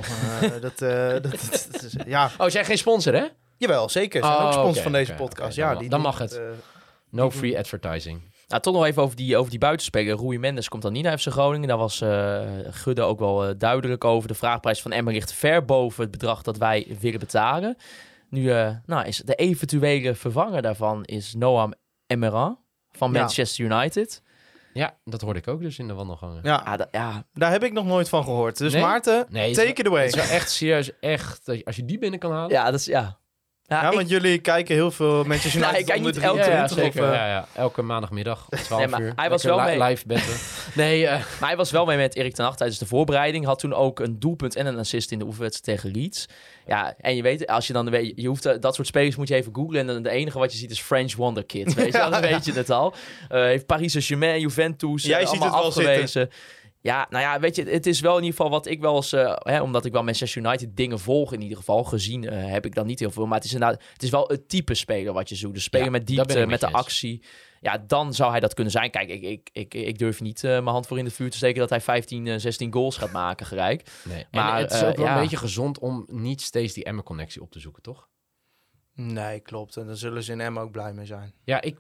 Ja, Oh, zijn geen sponsor, hè? jawel, zeker. Ze zijn ook sponsor oké, van deze oké, podcast. oké, Ja, dan die mag doen het. No free advertising. Nou, toch nog even over die buitenspeler. Rui Mendes komt dan niet naar FC Groningen. Daar was Gudde ook wel duidelijk over. De vraagprijs van Emmen ligt ver boven het bedrag dat wij willen betalen. Nu is de eventuele vervanger daarvan is Noam Emmerang van Manchester United. Ja, dat hoorde ik ook dus in de wandelgangen. Ja, daar heb ik nog nooit van gehoord. Dus Nee? Maarten, Nee, take it away. Het is wel echt serieus, echt. Als je die binnen kan halen. Ja, dat is... Ja, Ja, ik- want jullie kijken heel veel Manchester Nou, United ik kijk onder niet elke 23 zeker. of... Ja. Elke maandagmiddag, 12 Nee, maar uur. hij was Lekker wel mee. live benten. Nee, Maar hij was wel mee met Erik ten Hag tijdens de voorbereiding. Had toen ook een doelpunt en een assist in de oefenwedstrijd tegen Leeds. Ja, en je weet, als je dan weet, je hoeft dat soort spelers moet je even googlen. En dan de enige wat je ziet is French Wonder Kid. Weet je, dan weet je het al. Heeft Paris Saint-Germain, Juventus, Jij ziet allemaal het wel afgewezen. Ja, nou ja, weet je, het is wel in ieder geval wat ik wel eens... omdat ik wel Manchester United dingen volg in ieder geval. Gezien heb ik dan niet heel veel. Maar het is inderdaad, het is wel het type speler wat je zoekt. Dus spelen Ja, met daar ben diepte, ik met de met je eens. actie. Ja, dan zou hij dat kunnen zijn. Kijk, ik durf niet mijn hand voor in het vuur te steken... dat hij 15, 16 goals gaat maken gelijk. nee. Maar, En het is ook wel ja. een beetje gezond om niet steeds die Emmen-connectie op te zoeken, toch? Nee, klopt. En daar zullen ze in Emmen ook blij mee zijn.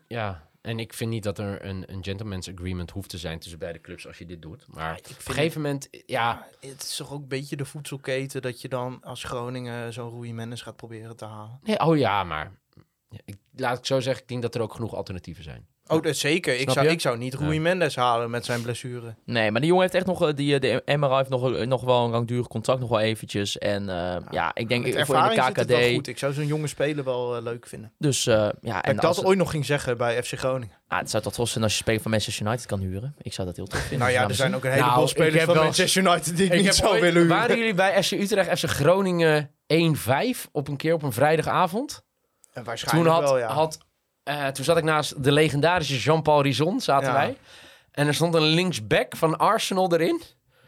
En ik vind niet dat er een gentleman's agreement hoeft te zijn tussen beide clubs als je dit doet. Maar ik op vind een gegeven moment, ja, Het is toch ook een beetje de voedselketen... dat je dan als Groningen zo'n Rui Mendes gaat proberen te halen. nee, maar laat ik zo zeggen, ik denk dat er ook genoeg alternatieven zijn. Oh, dat zeker. Snap je? Ik zou niet Rui Mendes halen met zijn blessure. Nee, maar die jongen heeft echt nog... de MRI heeft nog wel een langdurig contract, nog wel eventjes. En ik denk Met voor in ervaring de zit het wel KKD... goed. Ik zou zo'n jonge speler wel leuk vinden. Dus Dat en ik dat ooit nog ging zeggen bij FC Groningen. het zou toch tof zijn als je speler van Manchester United kan huren. Ik zou dat heel tof vinden. Nou ja, Dus er laten zijn we ook een heleboel Nou, ik spelers heb van wel- Manchester United die ik niet zou willen huren. Waren jullie bij FC Utrecht, FC Groningen 1-5 op een vrijdagavond? En waarschijnlijk Toen wel, ja. toen zat ik naast de legendarische Jean-Paul Rison, zaten Ja. wij. En er stond een linksback van Arsenal erin.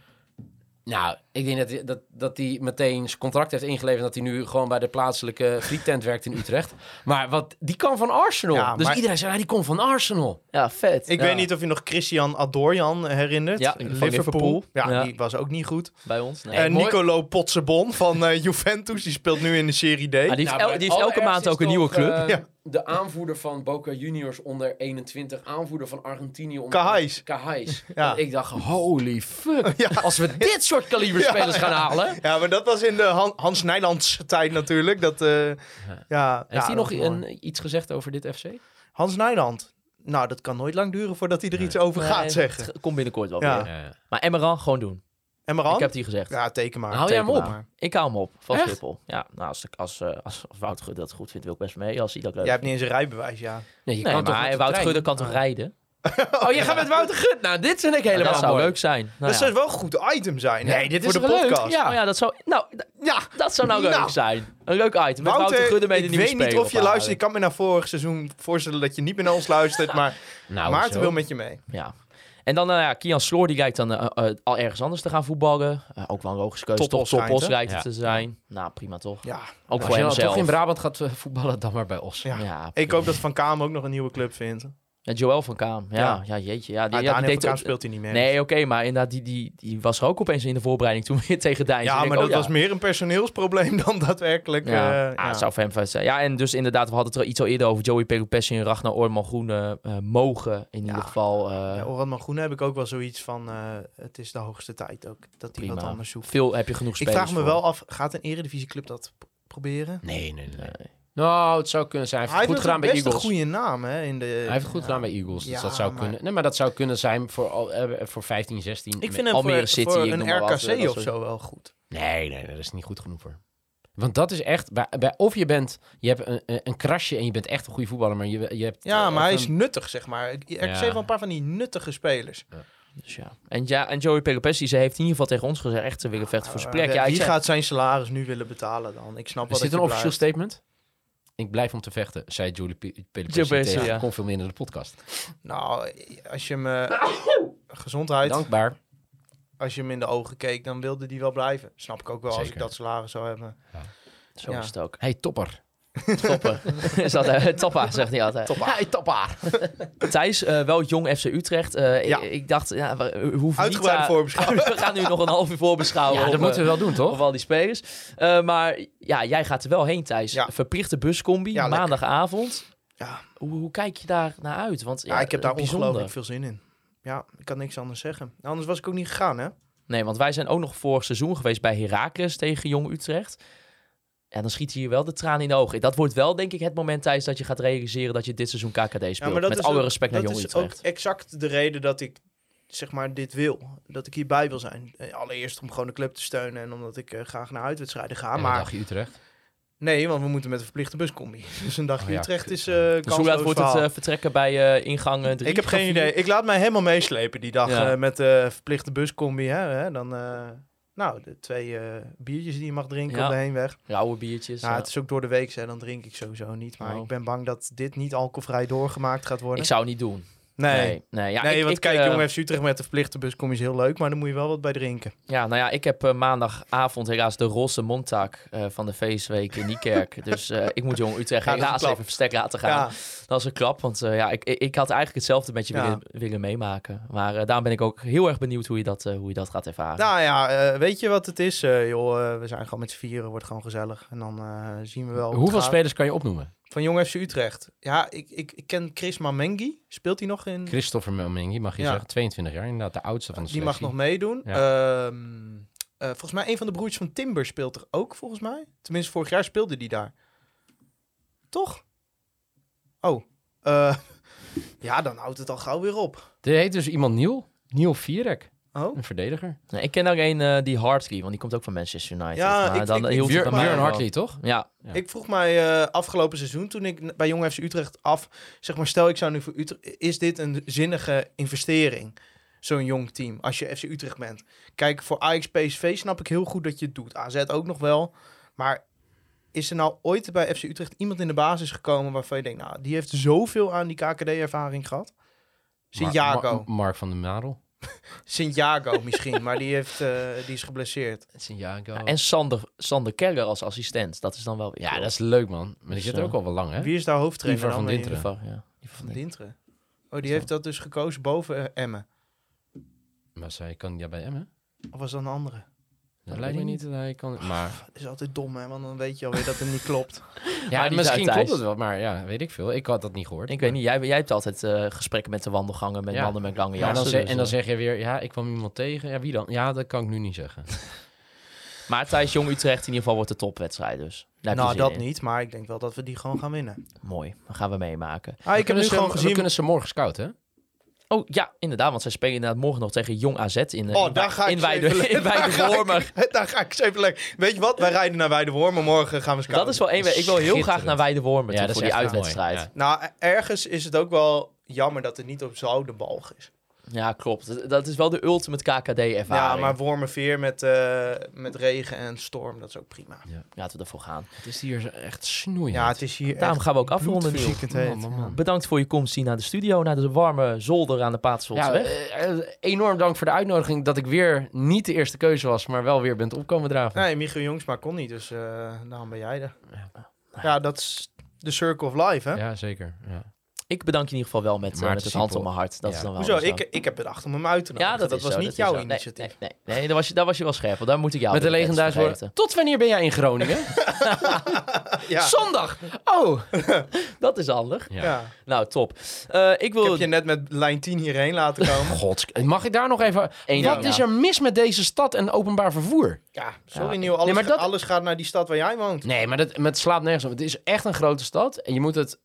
Nou, ik denk dat hij meteen zijn contract heeft ingeleverd... dat hij nu gewoon bij de plaatselijke friettent werkt in Utrecht. Maar die kwam van Arsenal. Ja, dus maar- iedereen zei, die komt van Arsenal. zien. Ja, vet. Ik Ja, weet niet of je nog Christian Adorjan herinnert. Ja, van Liverpool. Ja, Ja. die was ook niet goed. bij ons. Nee. En mooi- Nicolo Potsebon van Juventus, die speelt nu in de Serie D. die heeft elke maand ook een nieuwe club. Ja. De aanvoerder van Boca Juniors onder 21. Aanvoerder van Argentinië onder... Cahais. Ja. En ik dacht, holy fuck. Ja. Als we dit soort kaliberspelers gaan halen... Ja, maar dat was in de Hans Nijlands tijd natuurlijk. Dat, Heeft ja, hij nog dat was mooi. iets gezegd over dit FC? Hans Nijland. Nou, dat kan nooit lang duren voordat hij er iets over gaat Nee, zeggen. het komt binnenkort wel Ja. weer. Maar Emmeran, gewoon doen. En Maran? Ik heb die gezegd. Ja, teken maar. Hou jij hem Teken op? maar. Ik hou hem op, van Echt? Schiphol. Ja, nou, als Wouter Gudde dat goed vindt, wil ik best mee. Als hij dat leuk Jij hebt vindt. niet eens een rijbewijs, ja. Nee, je Nee, kan toch maar met de Wouter trein? Gudde kan toch rijden? Oh, je gaat met Wouter Gut. Nou, dit vind ik helemaal Dat zou mooi. leuk zijn. Nou, Dat ja. zou wel een goed item zijn. hè, Nee, dit voor is de wel leuk, podcast. ja. Oh ja, dat zou... Nou, Ja, dat zou nou Nou. leuk zijn. Een leuk item. Met Wouter Gudde mee de ik nieuwe weet niet speler of je ophalen. luistert. Ik kan me na vorig seizoen voorstellen dat je niet meer naar ons luistert. Maar Nou, Maarten zo. wil met je mee. Ja. En dan Kian Sloor, die lijkt dan al ergens anders te gaan voetballen. Ook wel een logische keuze. Topos Topos schijnt, hè? lijkt het Ja. te zijn. Nou, prima toch. Ja, Ook Als voor je hem dan toch zelf. in Brabant gaat voetballen, dan maar bij Os. ja. Ja, Ik hoop dat Van Kaam ook nog een nieuwe club vindt. en Joël van Kaam. Ja, Ja. jeetje. Ja, Die die Daniel deed Van Kaam ook- speelt hij niet meer. Nee, oké, maar inderdaad, die was er ook opeens in de voorbereiding toen weer tegen Dijn. Ja, maar dat was meer een personeelsprobleem dan daadwerkelijk. Ja, ja. het zou voor hem vet zijn. Ja, en dus inderdaad, we hadden het er iets al eerder over. Joey Pelupessi en Ragnar Orman Groen mogen in ieder geval. Ja, Orhan Groen heb ik ook wel zoiets van... het is de hoogste tijd ook dat hij wat Prima. anders zoekt. Veel heb je genoeg Ik spelers vraag me voor. wel af, gaat een eredivisieclub dat proberen? Nee. Nou, het zou kunnen zijn. Hij heeft Hij het goed heeft gedaan bij best een Eagles. goede naam, hè? In de, Hij heeft het goed gedaan bij Eagles. Dus Ja, dat zou maar- kunnen. Nee, maar dat zou kunnen zijn voor 15, 16. Ik vind hem Almere voor, City, voor ik een noem maar wat, RKC dat of soort- zo wel goed. Nee, dat is niet goed genoeg voor. Want dat is echt... Of je hebt een krasje en je bent echt een goede voetballer, maar je hebt... Ja, maar hij is even- nuttig, zeg maar. RKC heeft wel een paar van die nuttige spelers. Dus ja. En Joey Pelupessi, ze heeft in ieder geval tegen ons gezegd echt te willen vechten voor zijn plek. Ja, ik Wie zei- gaat zijn salaris nu willen betalen dan? Ik snap wel Is dit dat een je officieel blijft. statement? Ik blijf om te vechten, zei Julie Joe Pelupessi Pelupessi, tegen ja. Confilm in de podcast. Nou, als je me... Gezondheid. Dankbaar. Als je hem in de ogen keek, dan wilde die wel blijven. Snap ik ook wel als ik Zeker. dat salaris zou hebben. Zo Ja. is het ook. Hey, topper. Toppen. Is dat toppa, zegt hij altijd. Hey, topper. Thijs, wel jong FC Utrecht. Ja. Ik dacht, ja, we hoeven Uitgebreide niet... voorbeschouwing. we gaan nu nog een half uur voorbeschouwen. Ja, op, dat moeten we wel doen, op toch? al die spelers. Maar ja, jij gaat er wel heen, Thijs. Ja. Verplichte buscombi, Ja, lekker. maandagavond. Ja. Hoe kijk je daar naar uit? Want Ja, ik heb daar bijzonder. ongelooflijk veel zin in. Ja, ik kan niks anders zeggen. Anders was ik ook niet gegaan, hè? Nee, want wij zijn ook nog vorig seizoen geweest bij Heracles tegen Jong Utrecht. Ja, dan schiet hier wel de traan in de ogen. Dat wordt wel, denk ik, het moment, Thijs, dat je gaat realiseren dat je dit seizoen KKD speelt. Met alle respect naar Jong Utrecht. Dat is ook exact de reden dat ik, zeg maar, dit wil. Dat ik hierbij wil zijn. Allereerst om gewoon de club te steunen en omdat ik graag naar uitwedstrijden ga. En maar een dagje Utrecht. Nee, want we moeten met een verplichte buscombi. Dus een dagje Utrecht is dus hoe laat wordt het vertrekken bij ingang 3? Ik heb geen idee. Ik laat mij helemaal meeslepen die dag met de verplichte buscombi. Dan, de 2 biertjes die je mag drinken op de heenweg. Rauwe biertjes. Nou, het is ook door de week, dan drink ik sowieso niet. Maar ik ben bang dat dit niet alcoholvrij doorgemaakt gaat worden. Ik zou het niet doen. Nee, want kijk, Jong FC Utrecht met de verplichte buscombi is heel leuk, maar dan moet je wel wat bij drinken. Ja, nou ja, ik heb maandagavond helaas de rosse mondtak van de feestweek in Niekerk. Dus ik moet Jong Utrecht helaas even verstek laten gaan. Ja. Dat is een klap, want ik had eigenlijk hetzelfde met je willen meemaken. Maar daarom ben ik ook heel erg benieuwd hoe je dat gaat ervaren. Nou ja, weet je wat het is? We zijn gewoon met z'n vieren, wordt gewoon gezellig. En dan zien we wel. Hoeveel spelers kan je opnoemen? Van Jong FC Utrecht. Ja, ik ken Chris Mamengi. Speelt hij nog in? Christopher Mamengi, mag je zeggen. 22 jaar, inderdaad, de oudste van de selectie. Die mag nog meedoen. Ja. Volgens mij een van de broertjes van Timber speelt er ook, volgens mij. Tenminste, vorig jaar speelde die daar. Toch? Oh. Ja, dan houdt het al gauw weer op. Er heet dus iemand Niel Vierek. Oh. Een verdediger. Nee, ik ken alleen die Hartley, want die komt ook van Manchester United. Ja, Björn Hartley, toch? Ja. Ik vroeg mij afgelopen seizoen, toen ik bij Jong FC Utrecht stel ik zou nu voor Utrecht, is dit een zinnige investering? Zo'n jong team, als je FC Utrecht bent. Kijk, voor Ajax PSV snap ik heel goed dat je het doet. AZ ook nog wel. Maar is er nou ooit bij FC Utrecht iemand in de basis gekomen waarvan je denkt, nou, die heeft zoveel aan die KKD-ervaring gehad? Santiago. Mark van der Marel. Santiago misschien, maar die is geblesseerd. Santiago. Ja, en Sander Keller als assistent. Dat is dan wel weer. Ja, dat is leuk, man. Maar die zit er ook al wel lang, hè? Wie is daar hoofdtrainer? Ivar van Dinteren. Van Dinteren. Oh, die heeft dat dus gekozen boven Emmen. Maar zij kan ja bij Emmen? Of was dat een andere? Dat lijkt me niet dat hij kan. Maar het is altijd dom, hè? Want dan weet je alweer dat het niet klopt. Ja, misschien klopt het wel, maar ja, weet ik veel. Ik had dat niet gehoord. Ik weet niet. Jij hebt altijd gesprekken met de wandelgangen met mannen met lange jassen. En dan zeg je weer, ja, ik kwam iemand tegen. Ja, wie dan? Ja, dat kan ik nu niet zeggen. Maar Thijs, Jong Utrecht in ieder geval wordt de topwedstrijd dus. Nou, dat niet, maar ik denk wel dat we die gewoon gaan winnen. Mooi, dat gaan we meemaken. Ik heb nu gewoon gezien. We kunnen ze morgen scouten, hè? Oh ja, inderdaad, want zij spelen inderdaad morgen nog tegen Jong AZ in Weidewormer. Daar ga ik eens even lekker. Weet je wat? Wij rijden naar Weidewormer, morgen gaan we scouten. Dat is wel één. Ik wil heel graag naar Weidewormer voor die uitwedstrijd. Ja. Nou, ergens is het ook wel jammer dat het niet op Zoudenbalg is. Ja, klopt. Dat is wel de ultimate KKD-ervaring. Ja, maar Wormerveer met regen en storm, dat is ook prima. Ja. Laten we ervoor gaan. Het is hier echt snoeiend. Ja, het is hier. Daarom gaan we ook afronden. Bedankt voor je komst hier naar de studio, naar de warme zolder aan de Paterswoldseweg. Enorm dank voor de uitnodiging dat ik weer niet de eerste keuze was, maar wel weer bent opkomen draven. Nee, Michiel Jongsma kon niet, dus daarom ben jij er. Ja, dat is de circle of life, hè? Ja, zeker. Ja. Ik bedank je in ieder geval wel met het hand op mijn hart. Dat is dan wel. Hoezo? Ik heb bedacht om hem uit te nodigen. Ja, dat was niet jouw initiatief. Nee, daar was je wel scherp. Want daar moet ik jou met de legendarische woorden. Tot wanneer ben jij in Groningen? Zondag! Oh! Dat is handig. Ja. Nou, top. Ik heb je net met lijn 10 hierheen laten komen. God, mag ik daar nog even... Wat is er mis met deze stad en openbaar vervoer? Ja, sorry Niel. Alles gaat naar die stad waar jij woont. Nee, maar het slaat nergens op. Het is echt een grote stad. En je moet het...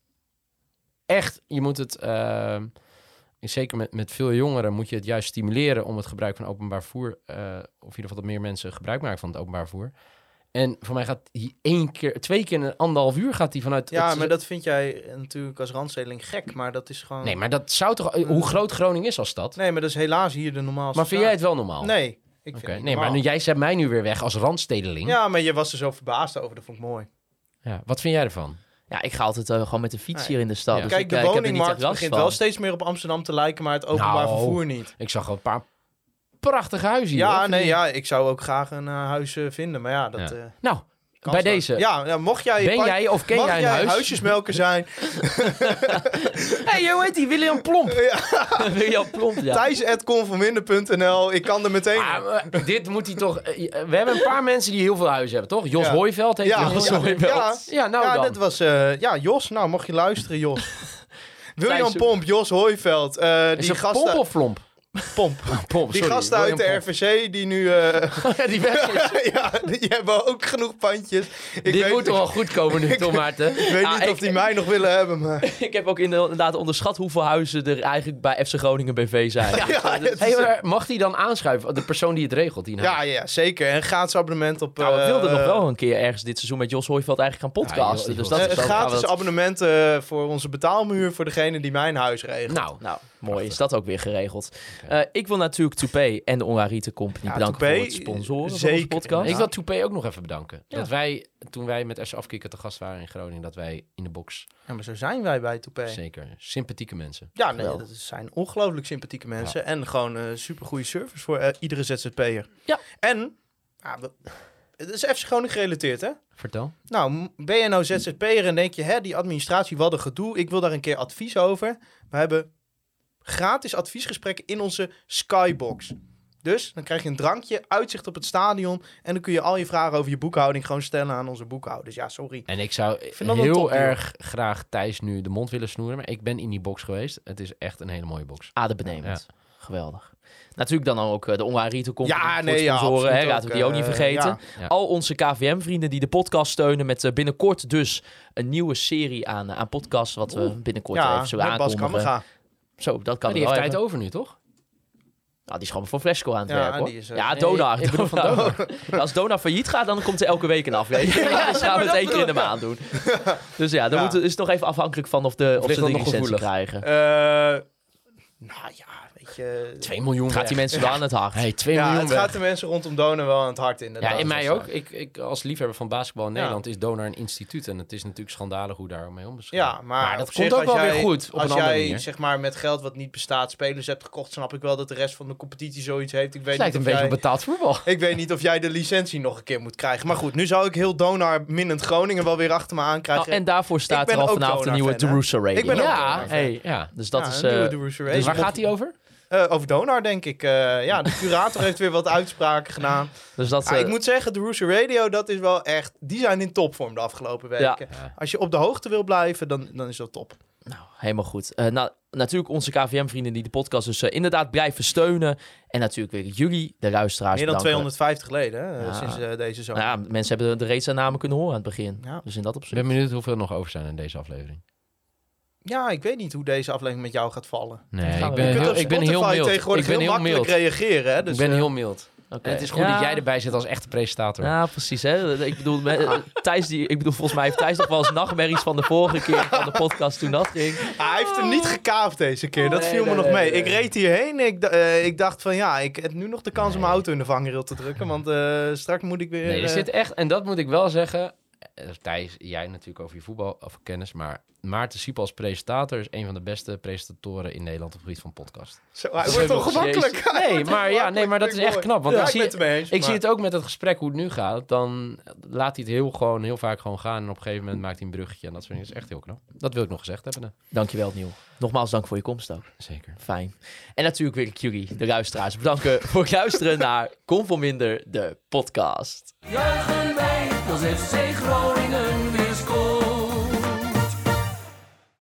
zeker met veel jongeren moet je het juist stimuleren om het gebruik van openbaar vervoer, of in ieder geval dat meer mensen gebruik maken van het openbaar vervoer. En voor mij gaat hij 2 keer in 1,5 uur gaat hij vanuit... Ja, maar dat vind jij natuurlijk als randstedeling gek, maar dat is gewoon... Nee, maar dat zou toch... Hoe groot Groningen is als stad? Nee, maar dat is helaas hier de normaalste Maar vind jij het wel normaal? Nee, ik vind het nee, maar jij zet mij nu weer weg als randstedeling. Ja, maar je was er zo verbaasd over, dat vond ik mooi. Ja, wat vind jij ervan? Ja, ik ga altijd gewoon met de fiets hier in de stad. Ja. Dus kijk, de woningmarkt begint wel steeds meer op Amsterdam te lijken, maar het openbaar vervoer niet. Ik zag al een paar prachtige huizen hier. Ja, ik zou ook graag een huis vinden, maar ja, dat... Nou, bij deze. Ja, mocht jij... Ben jij of ken jij een huis? huisjesmelker zijn? Hey, hoe heet die? William Plomp. William Plomp, ja. Thijs@convanminder.nl. Ik kan er meteen... Dit moet hij toch... We hebben een paar mensen die heel veel huizen hebben, toch? Jos Hooiveld heet Jos Hooiveld. Ja, dan. Dat was... Jos. Nou, mocht je luisteren, Jos. William Pomp, Jos Hooiveld. Is het Pomp of Flomp? Pomp. Pomp, Die sorry, gasten uit de William Pomp. RVC die nu... Die weg is. ja, die hebben ook genoeg pandjes. Dit moet toch wel goed komen nu, Tom Maarten? Ik weet niet of die mij nog willen hebben, maar... Ik heb ook inderdaad onderschat hoeveel huizen er eigenlijk bij FC Groningen BV zijn. Hey, maar mag die dan aanschuiven? De persoon die het regelt? Die Ja, zeker. En gratis abonnement op... Nou, we wilden nog wel een keer ergens dit seizoen met Jos Hooiveld eigenlijk gaan podcasten. Ja, dus joh. dat is ook gratis wel- abonnement voor onze betaalmuur voor degene die mijn huis regelt. Nou, mooi is dat ook weer geregeld. Ik wil natuurlijk Toupé en de Onwarite Company Ja, bedanken Toupé, voor het sponsoren van zeker. onze podcast. Ik wil Toupé ook nog even bedanken. Ja. Dat wij, toen wij met FC Afkikken te gast waren in Groningen, dat wij in de box, Ja, maar zo zijn wij bij Toupé. zeker, sympathieke mensen. Ja, nee, Geweldig. dat zijn ongelooflijk sympathieke mensen. En gewoon super goede service voor iedere ZZP'er. Ja. En, het is FC Groningen gerelateerd, hè? Vertel. Nou, ben je nou ZZP'er en denk je, hè, die administratie, wat een gedoe. Ik wil daar een keer advies over. We hebben gratis adviesgesprekken in onze Skybox. Dus dan krijg je een drankje, uitzicht op het stadion. En dan kun je al je vragen over je boekhouding gewoon stellen aan onze boekhouders. Ja, sorry. En ik zou vind dat wel heel top, joh. erg graag Thijs nu de mond willen snoeren, maar ik ben in die box geweest. Het is echt een hele mooie box. Adembenemend. Geweldig. Natuurlijk dan ook de Onwarite Company Ja, voor nee, het ja, sponsoren. Hè, absoluut laten we ook, die ook niet vergeten. ja. Ja. Al onze KVM-vrienden die de podcast steunen met binnenkort dus een nieuwe serie aan podcasts. Wat we binnenkort even zo met Bas aankondigen. Kammerga. Zo, dat kan Maar die wel heeft tijd even. over nu, toch? Nou, die is gewoon voor Flashcore aan het Ja, werken, hoor. die is, ja, nee, Donar. ik bedoel van Donar. Als Donar failliet gaat, dan komt er elke week een aflevering. Dus gaan we het 1 keer in de maand doen. Dus ja, dan is het nog even afhankelijk van of ze ligt de dan nog licentie gevoelig. krijgen. Nou ja, weet je... 2 miljoen Gaat die mensen wel aan het hart. Hey, 2 Ja, miljoen het weg. gaat de mensen rondom Donar wel aan het hart inderdaad. Ja, in mij Dat ook. is, Ik als liefhebber van basketbal in Nederland is Donar een instituut. En het is natuurlijk schandalig hoe daarmee om is gegaan. Ja, maar dat op komt zich, ook als wel jij- weer goed op een Als andere jij manier. zeg maar met geld wat niet bestaat spelers hebt gekocht, snap ik wel dat de rest van de competitie zoiets heeft. Ik weet, Het lijkt een niet of beetje op jij, betaald voetbal. ik weet niet of jij de licentie nog een keer moet krijgen. Maar goed, nu zou ik heel Donar minnend Groningen wel weer achter me aankrijgen. Nou, en daarvoor staat ben er al ook vanavond een nieuwe Donar-fan, hè? Derusa Radio. Ik ben ook Ja, Donar-fan. Hey, Ja. dus dat Ja, is... een nieuwe Derusa Radio. Dus waar gaat hij over? Over Donar, denk ik. Ja, de curator heeft weer wat uitspraken gedaan. dus dat, Ik moet zeggen, de Derusa Radio, dat is wel echt... Die zijn in topvorm de afgelopen weken. Ja. Als je op de hoogte wil blijven, dan is dat top. Nou, helemaal goed. Natuurlijk onze KVM-vrienden die de podcast dus inderdaad blijven steunen. En natuurlijk weer jullie, de luisteraars, Meer dan bedanken. 250 leden hè, Ja. sinds deze zomer. Nou ja, mensen hebben de reeds aan namen kunnen horen aan het begin. Ja. Dus in dat Ik opzicht. ben benieuwd hoeveel er nog over zijn in deze aflevering. Ja, ik weet niet hoe deze aflevering met jou gaat vallen. Nee, gaan ik we- ben Je kunt heel, ik ben heel Spotify mild. tegenwoordig Ik ben heel makkelijk mild. reageren. Hè? Dus, Ik ben heel mild. Oké. En het is goed Ja. dat jij erbij zit als echte presentator. Ja, precies. Hè? Ik bedoel, volgens mij heeft Thijs nog wel eens nachtmerries van de vorige keer van de podcast toen dat ging. hij heeft hem niet gekaapt deze keer. Dat Nee, viel me nee, nog nee, mee. nee. Ik reed hierheen. Ik dacht van ja, ik heb nu nog de kans om mijn auto in de vangrail te drukken. Want straks moet ik weer... Nee, er zit echt, en dat moet ik wel zeggen. Thijs, jij natuurlijk over je voetbal of kennis, maar Maarten Siep als presentator is een van de beste presentatoren in Nederland op het gebied van podcast. Zo, hij wordt toch gemakkelijk. Nee, maar dat is echt knap. Want Ja, ik ik zie, ben het ermee eens. ik zie het ook met het gesprek hoe het nu gaat. Dan laat hij het heel vaak gewoon gaan. En op een gegeven moment maakt hij een bruggetje. En dat soort dingen. Dat is echt heel knap. Dat wil ik nog gezegd hebben. Dankjewel, Niel. Nogmaals dank voor je komst ook. Zeker. Fijn. En natuurlijk wil ik jullie, de luisteraars, bedanken voor het luisteren naar Kom voor Minder, de podcast. Juichen wij als FC Groningen.